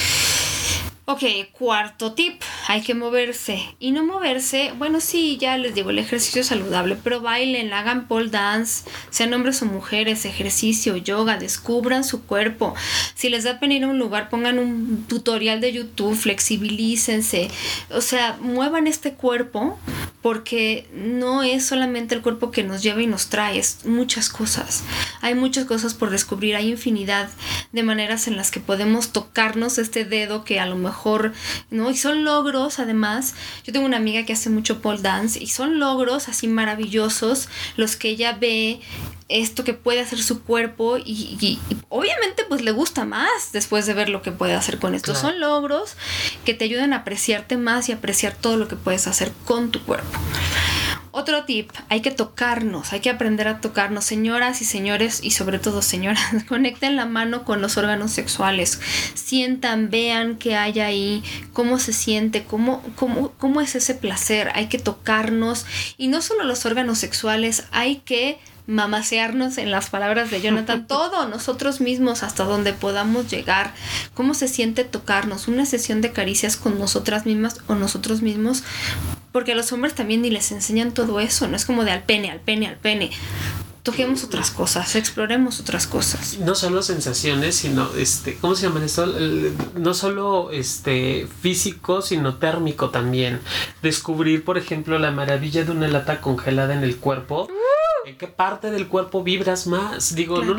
Ok, cuarto tip, hay que moverse. Y no moverse, bueno, sí, ya les digo, el ejercicio es saludable, pero bailen, hagan pole dance, sean hombres o mujeres, ejercicio, yoga, descubran su cuerpo. Si les da pena ir a un lugar, pongan un tutorial de YouTube, flexibilícense. O sea, muevan este cuerpo porque no es solamente el cuerpo que nos lleva y nos trae, es muchas cosas. Hay muchas cosas por descubrir, hay infinidad de maneras en las que podemos tocarnos este dedo que a lo mejor, ¿no? Y son logros, además. Yo tengo una amiga que hace mucho pole dance y son logros así maravillosos los que ella ve esto que puede hacer su cuerpo y obviamente pues le gusta más después de ver lo que puede hacer con esto. Claro. Son logros que te ayudan a apreciarte más y apreciar todo lo que puedes hacer con tu cuerpo. Otro tip, hay que tocarnos, hay que aprender a tocarnos, señoras y señores, y sobre todo señoras, conecten la mano con los órganos sexuales, sientan, vean qué hay ahí, cómo se siente, cómo es ese placer, hay que tocarnos, y no solo los órganos sexuales, hay que mamasearnos, en las palabras de Jonathan, todo, nosotros mismos, hasta donde podamos llegar, cómo se siente tocarnos, una sesión de caricias con nosotras mismas o nosotros mismos, porque a los hombres también ni les enseñan todo eso, no es como de al pene, toquemos otras cosas, exploremos otras cosas. No solo sensaciones, sino ¿cómo se llama esto? No solo físico, sino térmico también. Descubrir, por ejemplo, la maravilla de una lata congelada en el cuerpo. ¿En qué parte del cuerpo vibras más? Digo, claro.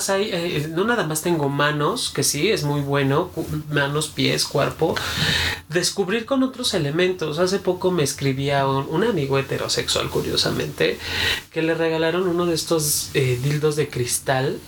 No nada más tengo manos, que sí, es muy bueno, manos, pies, cuerpo. Descubrir con otros elementos. Hace poco me escribía un amigo heterosexual, curiosamente, que le regalaron uno de estos dildos de cristal.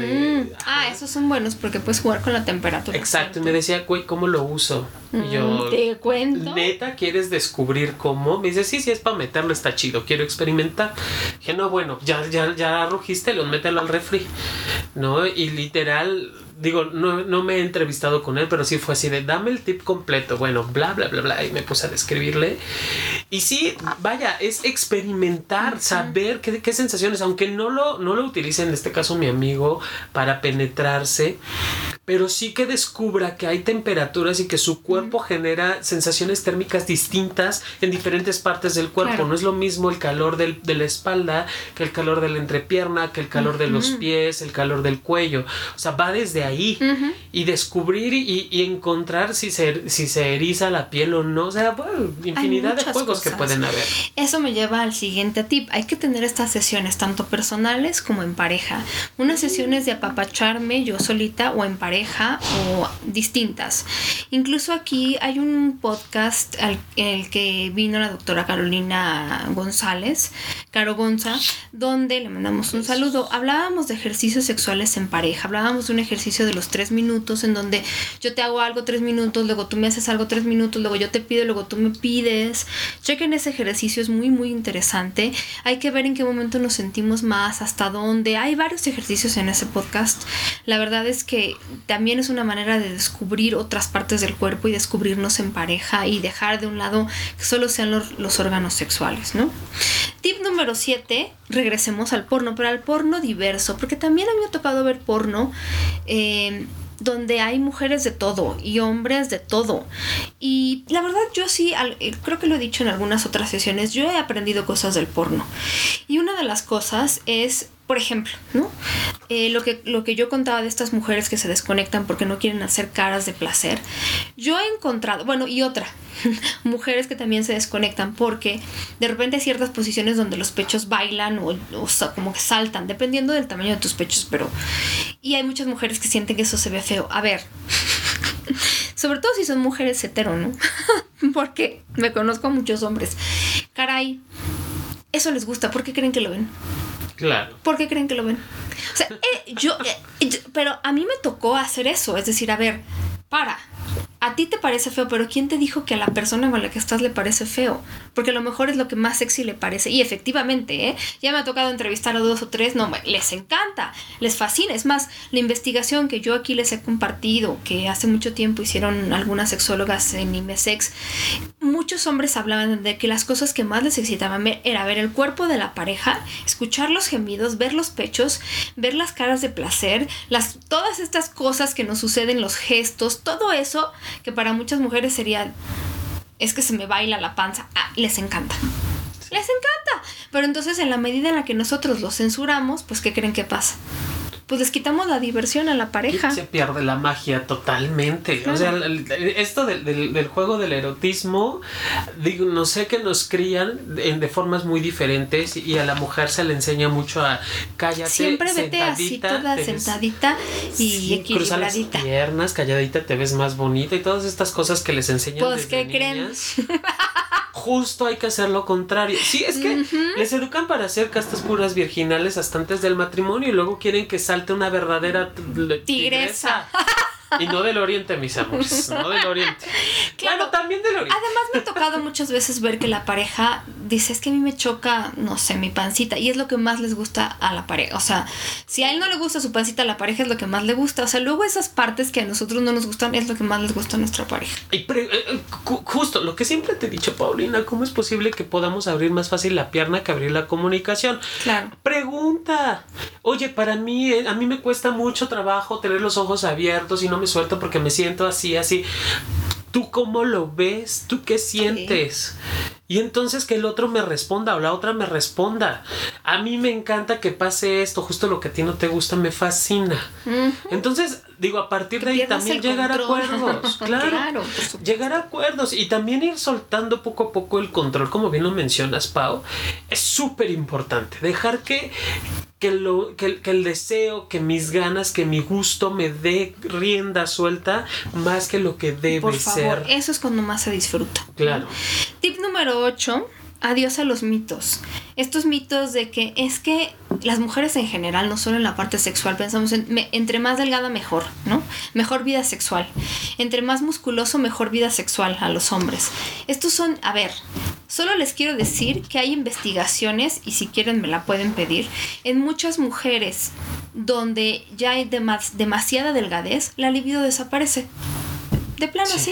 Esos son buenos porque puedes jugar con la temperatura. Exacto, y me decía, güey, ¿cómo lo uso? Y yo, ¿te cuento? ¿Neta quieres descubrir cómo? Me dice, sí, es para meterlo, está chido, quiero experimentar. Dije, no, bueno, ya rugiste, mételo al refri, ¿no? Y literal, digo, no me he entrevistado con él, pero sí fue así de, dame el tip completo, bueno, bla, bla, bla, bla, y me puse a describirle. Y sí, vaya, es experimentar, saber qué sensaciones, aunque no lo utilice, en este caso mi amigo, para penetrarse, pero sí que descubra que hay temperaturas y que su cuerpo genera sensaciones térmicas distintas en diferentes partes del cuerpo. Claro. No es lo mismo el calor de la espalda que el calor de la entrepierna, que el calor de los pies, el calor del cuello. O sea, va desde ahí y descubrir y encontrar si se eriza la piel o no. O sea, bueno, infinidad de juegos que pueden haber. Eso me lleva al siguiente tip. Hay que tener estas sesiones tanto personales como en pareja. Unas sesiones de apapacharme yo solita o en pareja o distintas. Incluso aquí hay un podcast en el que vino la doctora Carolina González, Caro Gonza, donde le mandamos un saludo. Hablábamos de ejercicios sexuales en pareja, hablábamos de un ejercicio de los 3 minutos en donde yo te hago algo 3 minutos, luego tú me haces algo 3 minutos, luego yo te pido, luego tú me pides. Chequen ese ejercicio, es muy muy interesante. Hay que ver en qué momento nos sentimos más, hasta dónde. Hay varios ejercicios en ese podcast. La verdad es que también es una manera de descubrir otras partes del cuerpo y descubrirnos en pareja y dejar de un lado que solo sean los órganos sexuales, ¿no? Tip número 7, regresemos al porno, pero al porno diverso, porque también a mí me ha tocado ver porno donde hay mujeres de todo y hombres de todo. Y la verdad yo sí, creo que lo he dicho en algunas otras sesiones, yo he aprendido cosas del porno. Y una de las cosas es, por ejemplo, ¿no? Lo que yo contaba de estas mujeres que se desconectan porque no quieren hacer caras de placer. Yo he encontrado, y otra, mujeres que también se desconectan porque de repente hay ciertas posiciones donde los pechos bailan o como que saltan, dependiendo del tamaño de tus pechos, y hay muchas mujeres que sienten que eso se ve feo. A ver, sobre todo si son mujeres hetero, ¿no? Porque me conozco a muchos hombres. Caray, eso les gusta, ¿por qué creen que lo ven? Claro. ¿Por qué creen que lo ven? O sea, pero a mí me tocó hacer eso. Es decir, a ver, a ti te parece feo, pero ¿quién te dijo que a la persona con la que estás le parece feo? Porque a lo mejor es lo que más sexy le parece. Y efectivamente, ya me ha tocado entrevistar a 2 o 3, les encanta, les fascina. Es más, la investigación que yo aquí les he compartido, que hace mucho tiempo hicieron algunas sexólogas en Imesex, muchos hombres hablaban de que las cosas que más les excitaban era ver el cuerpo de la pareja, escuchar los gemidos, ver los pechos, ver las caras de placer, todas estas cosas que nos suceden, los gestos, todo eso que para muchas mujeres sería, es que se me baila la panza. Les encanta. Les encanta. Pero entonces, en la medida en la que nosotros los censuramos, pues ¿qué creen que pasa? Pues les quitamos la diversión a la pareja. Se pierde la magia totalmente. Claro. O sea, esto del juego del erotismo, digo, no sé, que nos crían de formas muy diferentes y a la mujer se le enseña mucho a cállate, siempre vete así, toda sentadita y equilibradita. Cruza las piernas, calladita, te ves más bonita y todas estas cosas que les enseñan pues desde niñas. ¿Qué creen? Justo hay que hacer lo contrario. Sí, es que les educan para hacer castas puras virginales hasta antes del matrimonio y luego quieren que salte una verdadera tigresa. Y no del oriente, mis amores, no del oriente. Claro, bueno, también del oriente. Además me ha tocado muchas veces ver que la pareja dice, es que a mí me choca, no sé, mi pancita. Y es lo que más les gusta a la pareja. O sea, si a él no le gusta su pancita, a la pareja es lo que más le gusta. O sea, luego esas partes que a nosotros no nos gustan es lo que más les gusta a nuestra pareja. Y justo, lo que siempre te he dicho, Paulina, ¿cómo es posible que podamos abrir más fácil la pierna que abrir la comunicación? Claro. Pregunta. Oye, a mí me cuesta mucho trabajo tener los ojos abiertos y no me suelto porque me siento así. ¿Tú cómo lo ves? ¿Tú qué sientes? Sí. Y entonces que el otro me responda o la otra me responda. a mí me encanta que pase esto, justo lo que a ti no te gusta me fascina. Entonces, digo, a partir de ahí también llegar a acuerdos. Claro, llegar a acuerdos y también ir soltando poco a poco el control, como bien lo mencionas, Pau, es súper importante. Dejar que el deseo, que mis ganas, que mi gusto me dé rienda suelta más que lo que debe por favor, ser. Eso es cuando más se disfruta. Claro. Tip número 8. Adiós a los mitos. Estos mitos de que es que las mujeres en general, no solo en la parte sexual, pensamos entre más delgada mejor, ¿no? Mejor vida sexual. Entre más musculoso, mejor vida sexual a los hombres. Estos son, a ver, solo les quiero decir que hay investigaciones, y si quieren me la pueden pedir, en muchas mujeres donde ya hay demasiada delgadez, la libido desaparece. De plano, sí.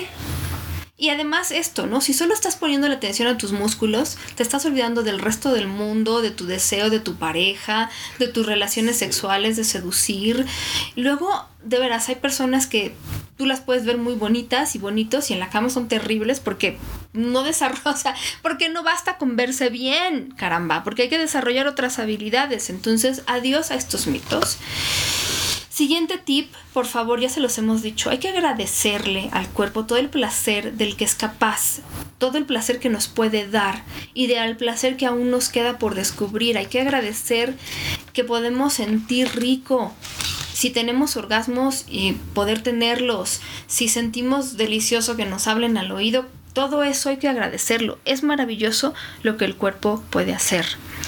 Y además esto, ¿no? Si solo estás poniendo la atención a tus músculos, te estás olvidando del resto del mundo, de tu deseo, de tu pareja, de tus relaciones sexuales, de seducir. Luego, de veras, hay personas que tú las puedes ver muy bonitas y bonitos y en la cama son terribles porque no porque no basta con verse bien, caramba, porque hay que desarrollar otras habilidades. Entonces, adiós a estos mitos. Siguiente tip, por favor, ya se los hemos dicho, hay que agradecerle al cuerpo todo el placer del que es capaz, todo el placer que nos puede dar y del placer que aún nos queda por descubrir. Hay que agradecer que podemos sentir rico, si tenemos orgasmos y poder tenerlos, si sentimos delicioso que nos hablen al oído, todo eso hay que agradecerlo. Es maravilloso lo que el cuerpo puede hacer.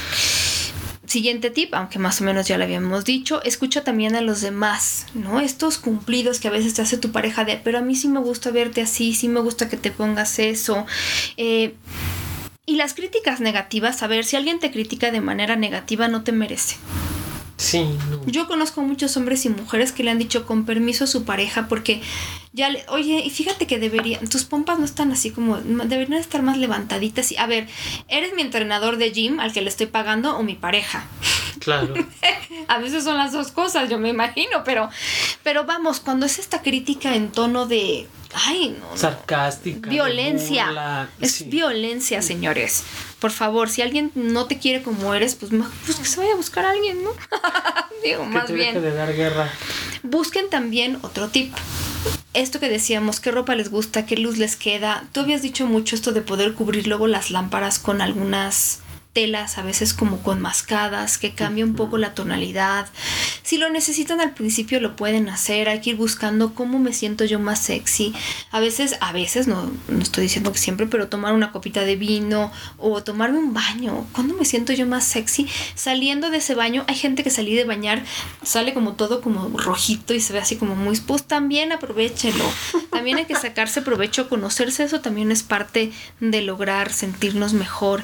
Siguiente tip, aunque más o menos ya lo habíamos dicho, escucha también a los demás, ¿no? Estos cumplidos que a veces te hace tu pareja de, pero a mí sí me gusta verte así, sí me gusta que te pongas eso. Y las críticas negativas, a ver, si alguien te critica de manera negativa no te merece. Sí, no. Yo conozco muchos hombres y mujeres que le han dicho con permiso a su pareja porque oye, y fíjate que tus pompas no están así como, deberían estar más levantaditas. Y, a ver, ¿eres mi entrenador de gym al que le estoy pagando o mi pareja? Claro. A veces son las dos cosas, yo me imagino, pero vamos, cuando es esta crítica en tono de... Ay, no. Sarcástica. Violencia. Es violencia, señores. Por favor, si alguien no te quiere como eres, pues que se vaya a buscar a alguien, ¿no? Digo, que más te bien. Deje de dar guerra. Busquen también otro tip. Esto que decíamos, qué ropa les gusta, qué luz les queda. Tú habías dicho mucho esto de poder cubrir luego las lámparas con algunas telas, a veces como con mascadas, que cambia un poco la tonalidad. Si lo necesitan al principio lo pueden hacer, hay que ir buscando cómo me siento yo más sexy. A veces, no estoy diciendo que siempre, pero tomar una copita de vino o tomarme un baño. ¿Cuándo me siento yo más sexy? Saliendo de ese baño, hay gente que salí de bañar, sale como todo como rojito y se ve así como muy... Pues también aprovechenlo. También hay que sacarse provecho, conocerse, eso también es parte de lograr sentirnos mejor.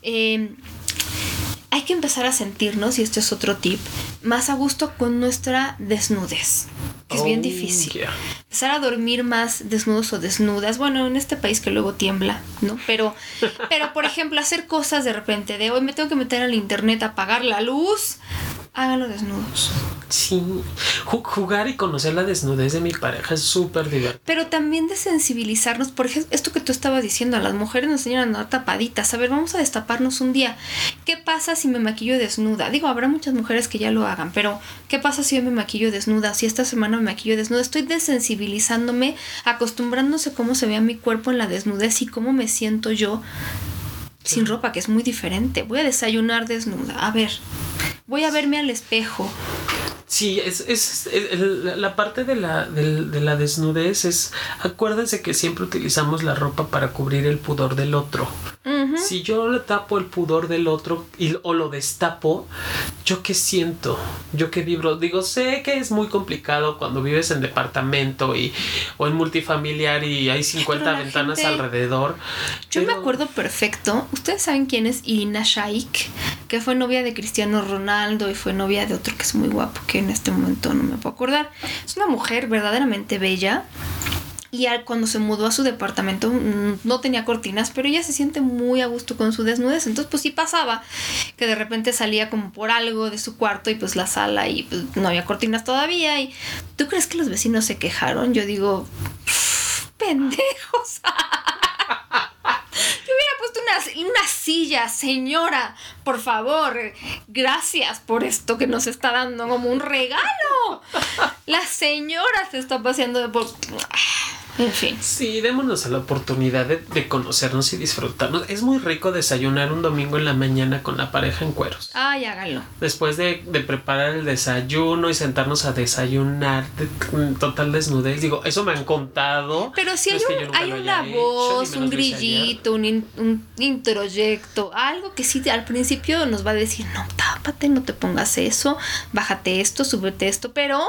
Hay que empezar a sentirnos, y este es otro tip, más a gusto con nuestra desnudez, que es bien difícil. Yeah. Empezar a dormir más desnudos o desnudas. Bueno, en este país que luego tiembla, ¿no? Pero por ejemplo, hacer cosas de repente de hoy me tengo que meter al internet a apagar la luz. Háganlo desnudos. Sí, jugar y conocer la desnudez de mi pareja es súper divertido. Pero también de sensibilizarnos, por ejemplo, esto que tú estabas diciendo, a las mujeres nos enseñan a andar tapaditas. A ver, vamos a destaparnos un día. ¿Qué pasa si me maquillo desnuda? Digo, habrá muchas mujeres que ya lo hagan, pero ¿qué pasa si yo me maquillo desnuda? Si esta semana me maquillo desnuda, estoy desensibilizándome, acostumbrándose cómo se ve a mi cuerpo en la desnudez y cómo me siento yo sin ropa, que es muy diferente. Voy a desayunar desnuda. A ver, voy a verme al espejo. Sí, es la parte de la desnudez es... Acuérdense que siempre utilizamos la ropa para cubrir el pudor del otro. Uh-huh. Si yo le tapo el pudor del otro o lo destapo, ¿yo qué siento? ¿Yo qué vibro? Digo, sé que es muy complicado cuando vives en departamento o en multifamiliar y hay 50 ventanas alrededor. Yo me acuerdo perfecto. ¿Ustedes saben quién es Irina Shayk? Que fue novia de Cristiano Ronaldo y fue novia de otro que es muy guapo, que en este momento no me puedo acordar. Es una mujer verdaderamente bella. Y cuando se mudó a su departamento no tenía cortinas, pero ella se siente muy a gusto con su desnudez. Entonces pues sí pasaba que de repente salía como por algo de su cuarto y pues la sala y pues no había cortinas todavía. Y ¿tú crees que los vecinos se quejaron? Yo digo, pendejos. Yo hubiera puesto una una silla, señora, por favor, gracias por esto que nos está dando como un regalo. La señora se está paseando de por... En fin. Sí, démonos a la oportunidad de conocernos y disfrutarnos. Es muy rico desayunar un domingo en la mañana con la pareja en cueros. Ay, háganlo. Después de preparar el desayuno y sentarnos a desayunar total desnudez. Digo, eso me han contado. Pero si hay una voz, un grillito, un introyecto, algo que sí al principio nos va a decir, no, tápate, no te pongas eso, bájate esto, súbete esto, pero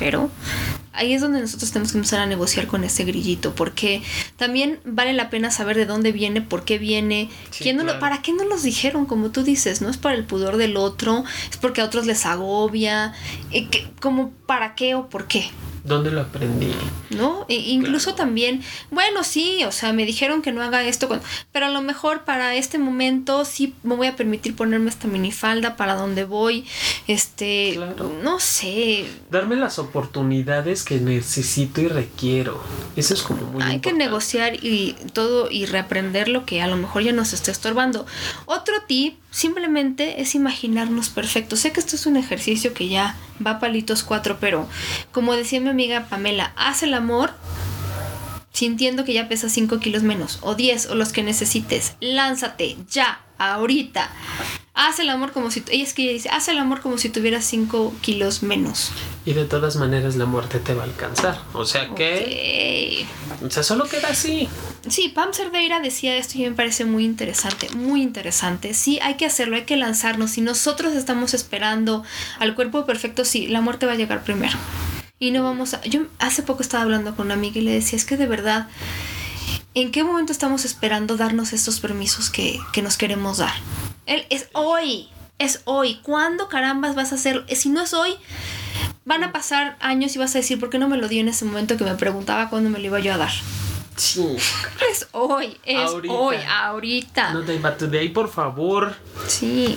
ahí es donde nosotros tenemos que empezar a negociar con ese grillito, porque también vale la pena saber de dónde viene, por qué viene, Sí, claro. para qué no los dijeron, como tú dices, no es para el pudor del otro, es porque a otros les agobia, como para qué o por qué. ¿Dónde lo aprendí? ¿No? Incluso Claro. también, bueno, sí, o sea, me dijeron que no haga esto, pero a lo mejor para este momento sí me voy a permitir ponerme esta minifalda para donde voy, Claro. no sé. Darme las oportunidades que necesito y requiero. Eso es como muy Hay importante. que negociar y todo y reaprender lo que a lo mejor ya nos está estorbando. Otro tip simplemente es imaginarnos perfectos. Sé que esto es un ejercicio que ya va palitos 4, pero como decía mi amiga Pamela, haz el amor sintiendo que ya pesas 5 kilos menos, o 10, o los que necesites. Lánzate, ya, ahorita. Haz el amor como si... Ella dice, haz el amor como si tuvieras 5 kilos menos. Y de todas maneras la muerte te va a alcanzar. O sea que... O sea, solo queda así. Sí, Pam Cerdeira decía esto y me parece muy interesante, muy interesante. Sí, hay que hacerlo, hay que lanzarnos. Si nosotros estamos esperando al cuerpo perfecto, sí, la muerte va a llegar primero. Y no vamos a... Yo hace poco estaba hablando con una amiga y le decía, es que de verdad, ¿en qué momento estamos esperando darnos estos permisos que nos queremos dar? Es hoy. ¿Cuándo carambas vas a hacerlo? Si no es hoy, van a pasar años y vas a decir, ¿por qué no me lo dio en ese momento que me preguntaba cuándo me lo iba yo a dar? Sí. Es hoy, ahorita. No te va today, por favor. Sí.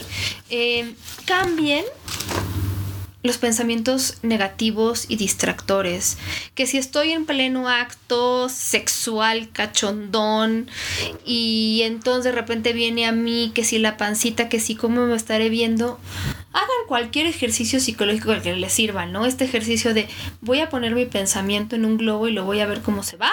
Cambien los pensamientos negativos y distractores. Que si estoy en pleno acto sexual cachondón y entonces de repente viene a mí que si la pancita, que si cómo me estaré viendo, hagan cualquier ejercicio psicológico que les sirva, ¿no? Este ejercicio de voy a poner mi pensamiento en un globo y lo voy a ver cómo se va.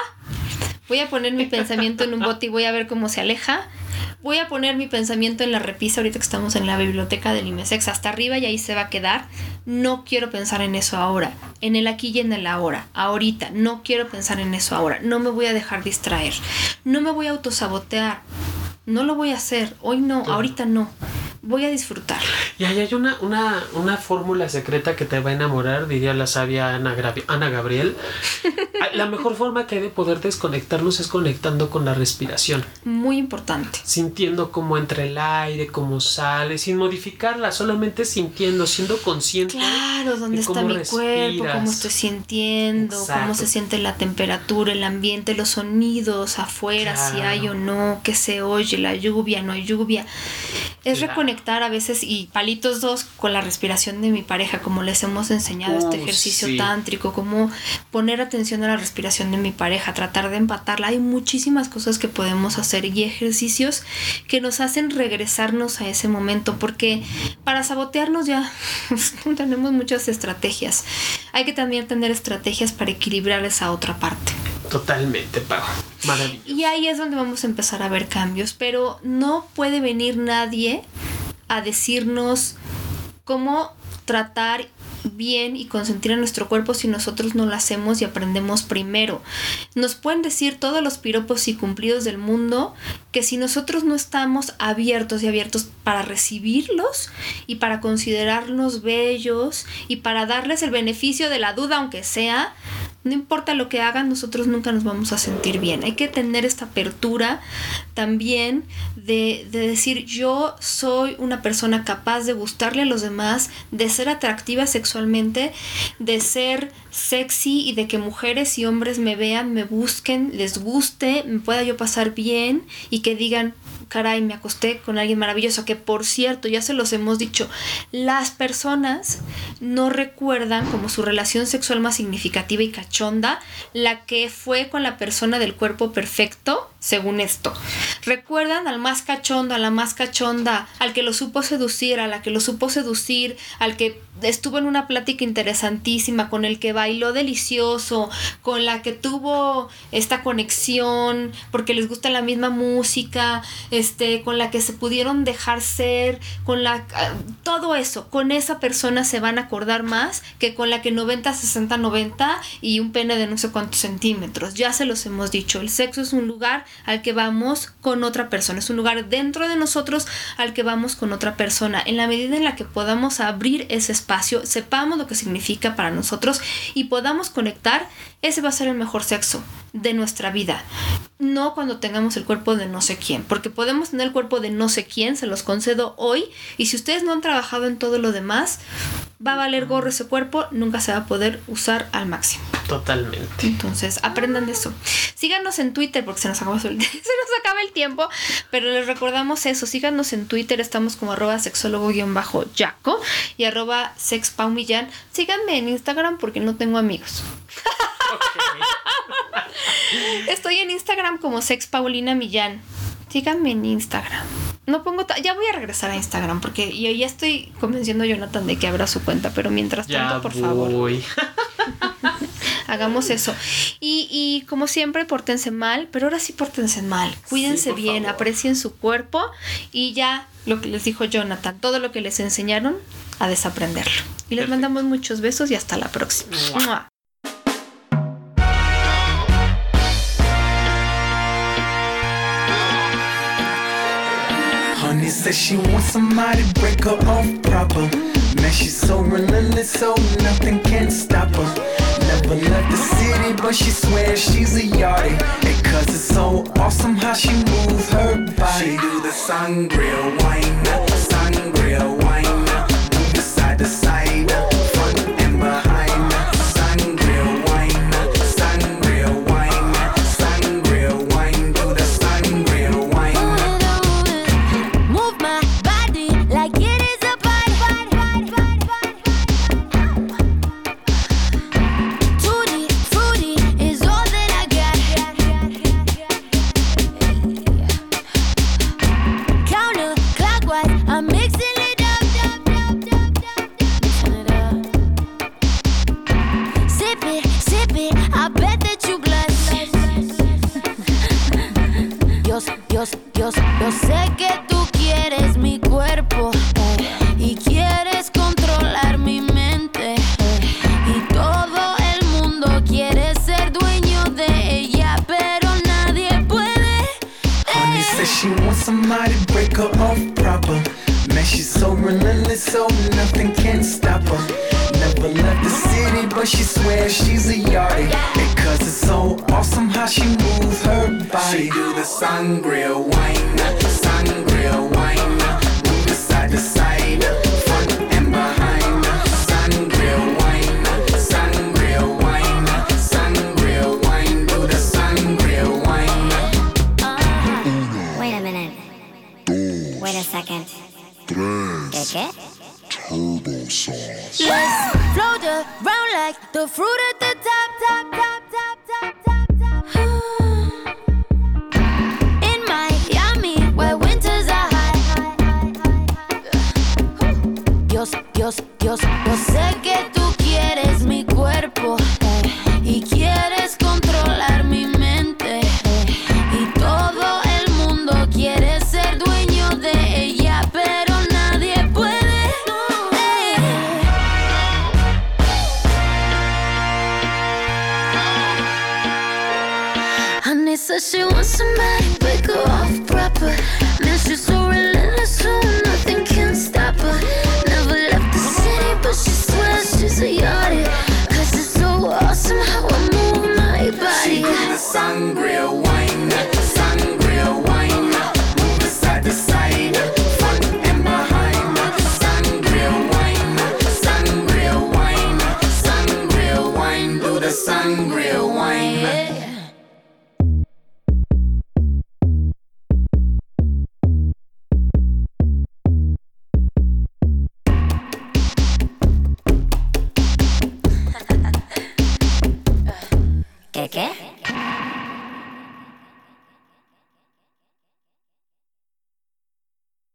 Voy a poner mi pensamiento en un bote y voy a ver cómo se aleja. Voy a poner mi pensamiento en la repisa ahorita que estamos en la biblioteca del IMESEX hasta arriba y ahí se va a quedar. No quiero pensar en eso ahora, en el aquí y en el ahora, ahorita. No quiero pensar en eso ahora. No me voy a dejar distraer. No me voy a autosabotear. No lo voy a hacer. Hoy no, ahorita no. Voy a disfrutar. Y ahí hay una fórmula secreta que te va a enamorar, diría la sabia Ana Gabriel. La mejor forma que hay de poder desconectarnos es conectando con la respiración. Muy importante. Sintiendo cómo entra el aire, cómo sale, sin modificarla, solamente sintiendo, siendo consciente. Claro, dónde de está cómo mi respiras. cuerpo, cómo estoy sintiendo, Exacto. cómo se siente la temperatura, el ambiente, los sonidos afuera, Claro. si hay o no, qué se oye, la lluvia, no hay lluvia. Es Claro. reconectar a veces y palitos 2 con la respiración de mi pareja, como les hemos enseñado este ejercicio sí. tántrico, como poner atención a la respiración de mi pareja, tratar de empatarla. Hay muchísimas cosas que podemos hacer y ejercicios que nos hacen regresarnos a ese momento, porque para sabotearnos ya tenemos muchas estrategias. Hay que también tener estrategias para equilibrar esa otra parte. Totalmente, Pau. Maravilloso. Y ahí es donde vamos a empezar a ver cambios, pero no puede venir nadie a decirnos cómo tratar bien y consentir a nuestro cuerpo si nosotros no lo hacemos y aprendemos primero. Nos pueden decir todos los piropos y cumplidos del mundo, que si nosotros no estamos abiertos para recibirlos y para considerarnos bellos y para darles el beneficio de la duda, aunque sea, no importa lo que hagan, nosotros nunca nos vamos a sentir bien. Hay que tener esta apertura también de decir, yo soy una persona capaz de gustarle a los demás, de ser atractiva sexualmente, de ser sexy y de que mujeres y hombres me vean, me busquen, les guste, me pueda yo pasar bien y que digan, caray, me acosté con alguien maravilloso, que por cierto, ya se los hemos dicho, las personas no recuerdan como su relación sexual más significativa y cachonda, la que fue con la persona del cuerpo perfecto, según esto. Recuerdan al más cachondo, a la más cachonda, al que lo supo seducir, a la que lo supo seducir, al que estuvo en una plática interesantísima, con el que bailó delicioso, con la que tuvo esta conexión porque les gusta la misma música, con la que se pudieron dejar ser, con la todo eso, con esa persona se van a acordar más que con la que 90, 60, 90 y un pene de no sé cuántos centímetros. Ya se los hemos dicho, el sexo es un lugar al que vamos con otra persona, es un lugar dentro de nosotros al que vamos con otra persona. En la medida en la que podamos abrir ese espacio, sepamos lo que significa para nosotros y podamos conectar, ese va a ser el mejor sexo de nuestra vida. No cuando tengamos el cuerpo de no sé quién, porque podemos tener el cuerpo de no sé quién, se los concedo hoy, y si ustedes no han trabajado en todo lo demás, va a valer gorro ese cuerpo, nunca se va a poder usar al máximo. Totalmente. Entonces, aprendan de eso. Síganos en Twitter, porque se nos acaba el tiempo, pero les recordamos eso, síganos en Twitter, estamos como @sexólogo_Yaco y @sexpaumillán. Síganme en Instagram porque no tengo amigos. Estoy en Instagram como sexpaulina millán. Síganme en Instagram. No pongo ya voy a regresar a Instagram porque yo ya estoy convenciendo a Jonathan de que abra su cuenta, pero mientras tanto, por favor, hagamos eso. Y como siempre, pórtense mal, pero ahora sí pórtense mal. Cuídense bien, favor. Aprecien su cuerpo y ya lo que les dijo Jonathan, todo lo que les enseñaron, a desaprenderlo. Y les mandamos muchos besos y hasta la próxima. ¡Mua! Honey says she wants somebody to break her off proper. Man, she's so relentless, so nothing can stop her. Never left the city, but she swears she's a yardie. And cause it's so awesome how she moves her body. She do the sangria wine, sangria wine. Move the side to side, front and behind. Sangria wine, sangria wine, sangria wine. Do the sangria wine. Move my body like it is a party. Tutti frutti is all that I got. Counterclockwise, I'm mixing it up. Sip it, I bet that you blush. Yo sé que tú quieres mi cuerpo y quieres controlar mi mente y todo el mundo quiere ser dueño de ella, pero nadie puede. Honey says she wants somebody to break her off proper. Man, she's so relentless, so nothing can stop her. Never left the city, but she swears she's a yardie. And cause it's so awesome how she moves her body. She do the sangria wine, sangria wine. Move the side to side, front and behind. Sangria wine, sangria wine, sangria wine. Do the sangria wine. Wait a minute. Wait a second. ¿Qué? Turbo sauce. Let's float around like the fruit at the top. In Miami, where winters are high. Yo sé que tú quieres mi cuerpo y quieres controlar mi mente y todo el mundo quiere ser dueño de ella, pero nadie puede. Honey says she wants somebody to break her off proper. Man, she's so relentless, so nothing can stop her. Never left the city, but she swears she's a yardie. Cause it's so awesome how I move my body. She do the sangria wine, sangria wine. Move the side to side, front and behind. Sangria wine, sangria wine, sangria wine. Do the sangria wine. Yeah. ¿Qué?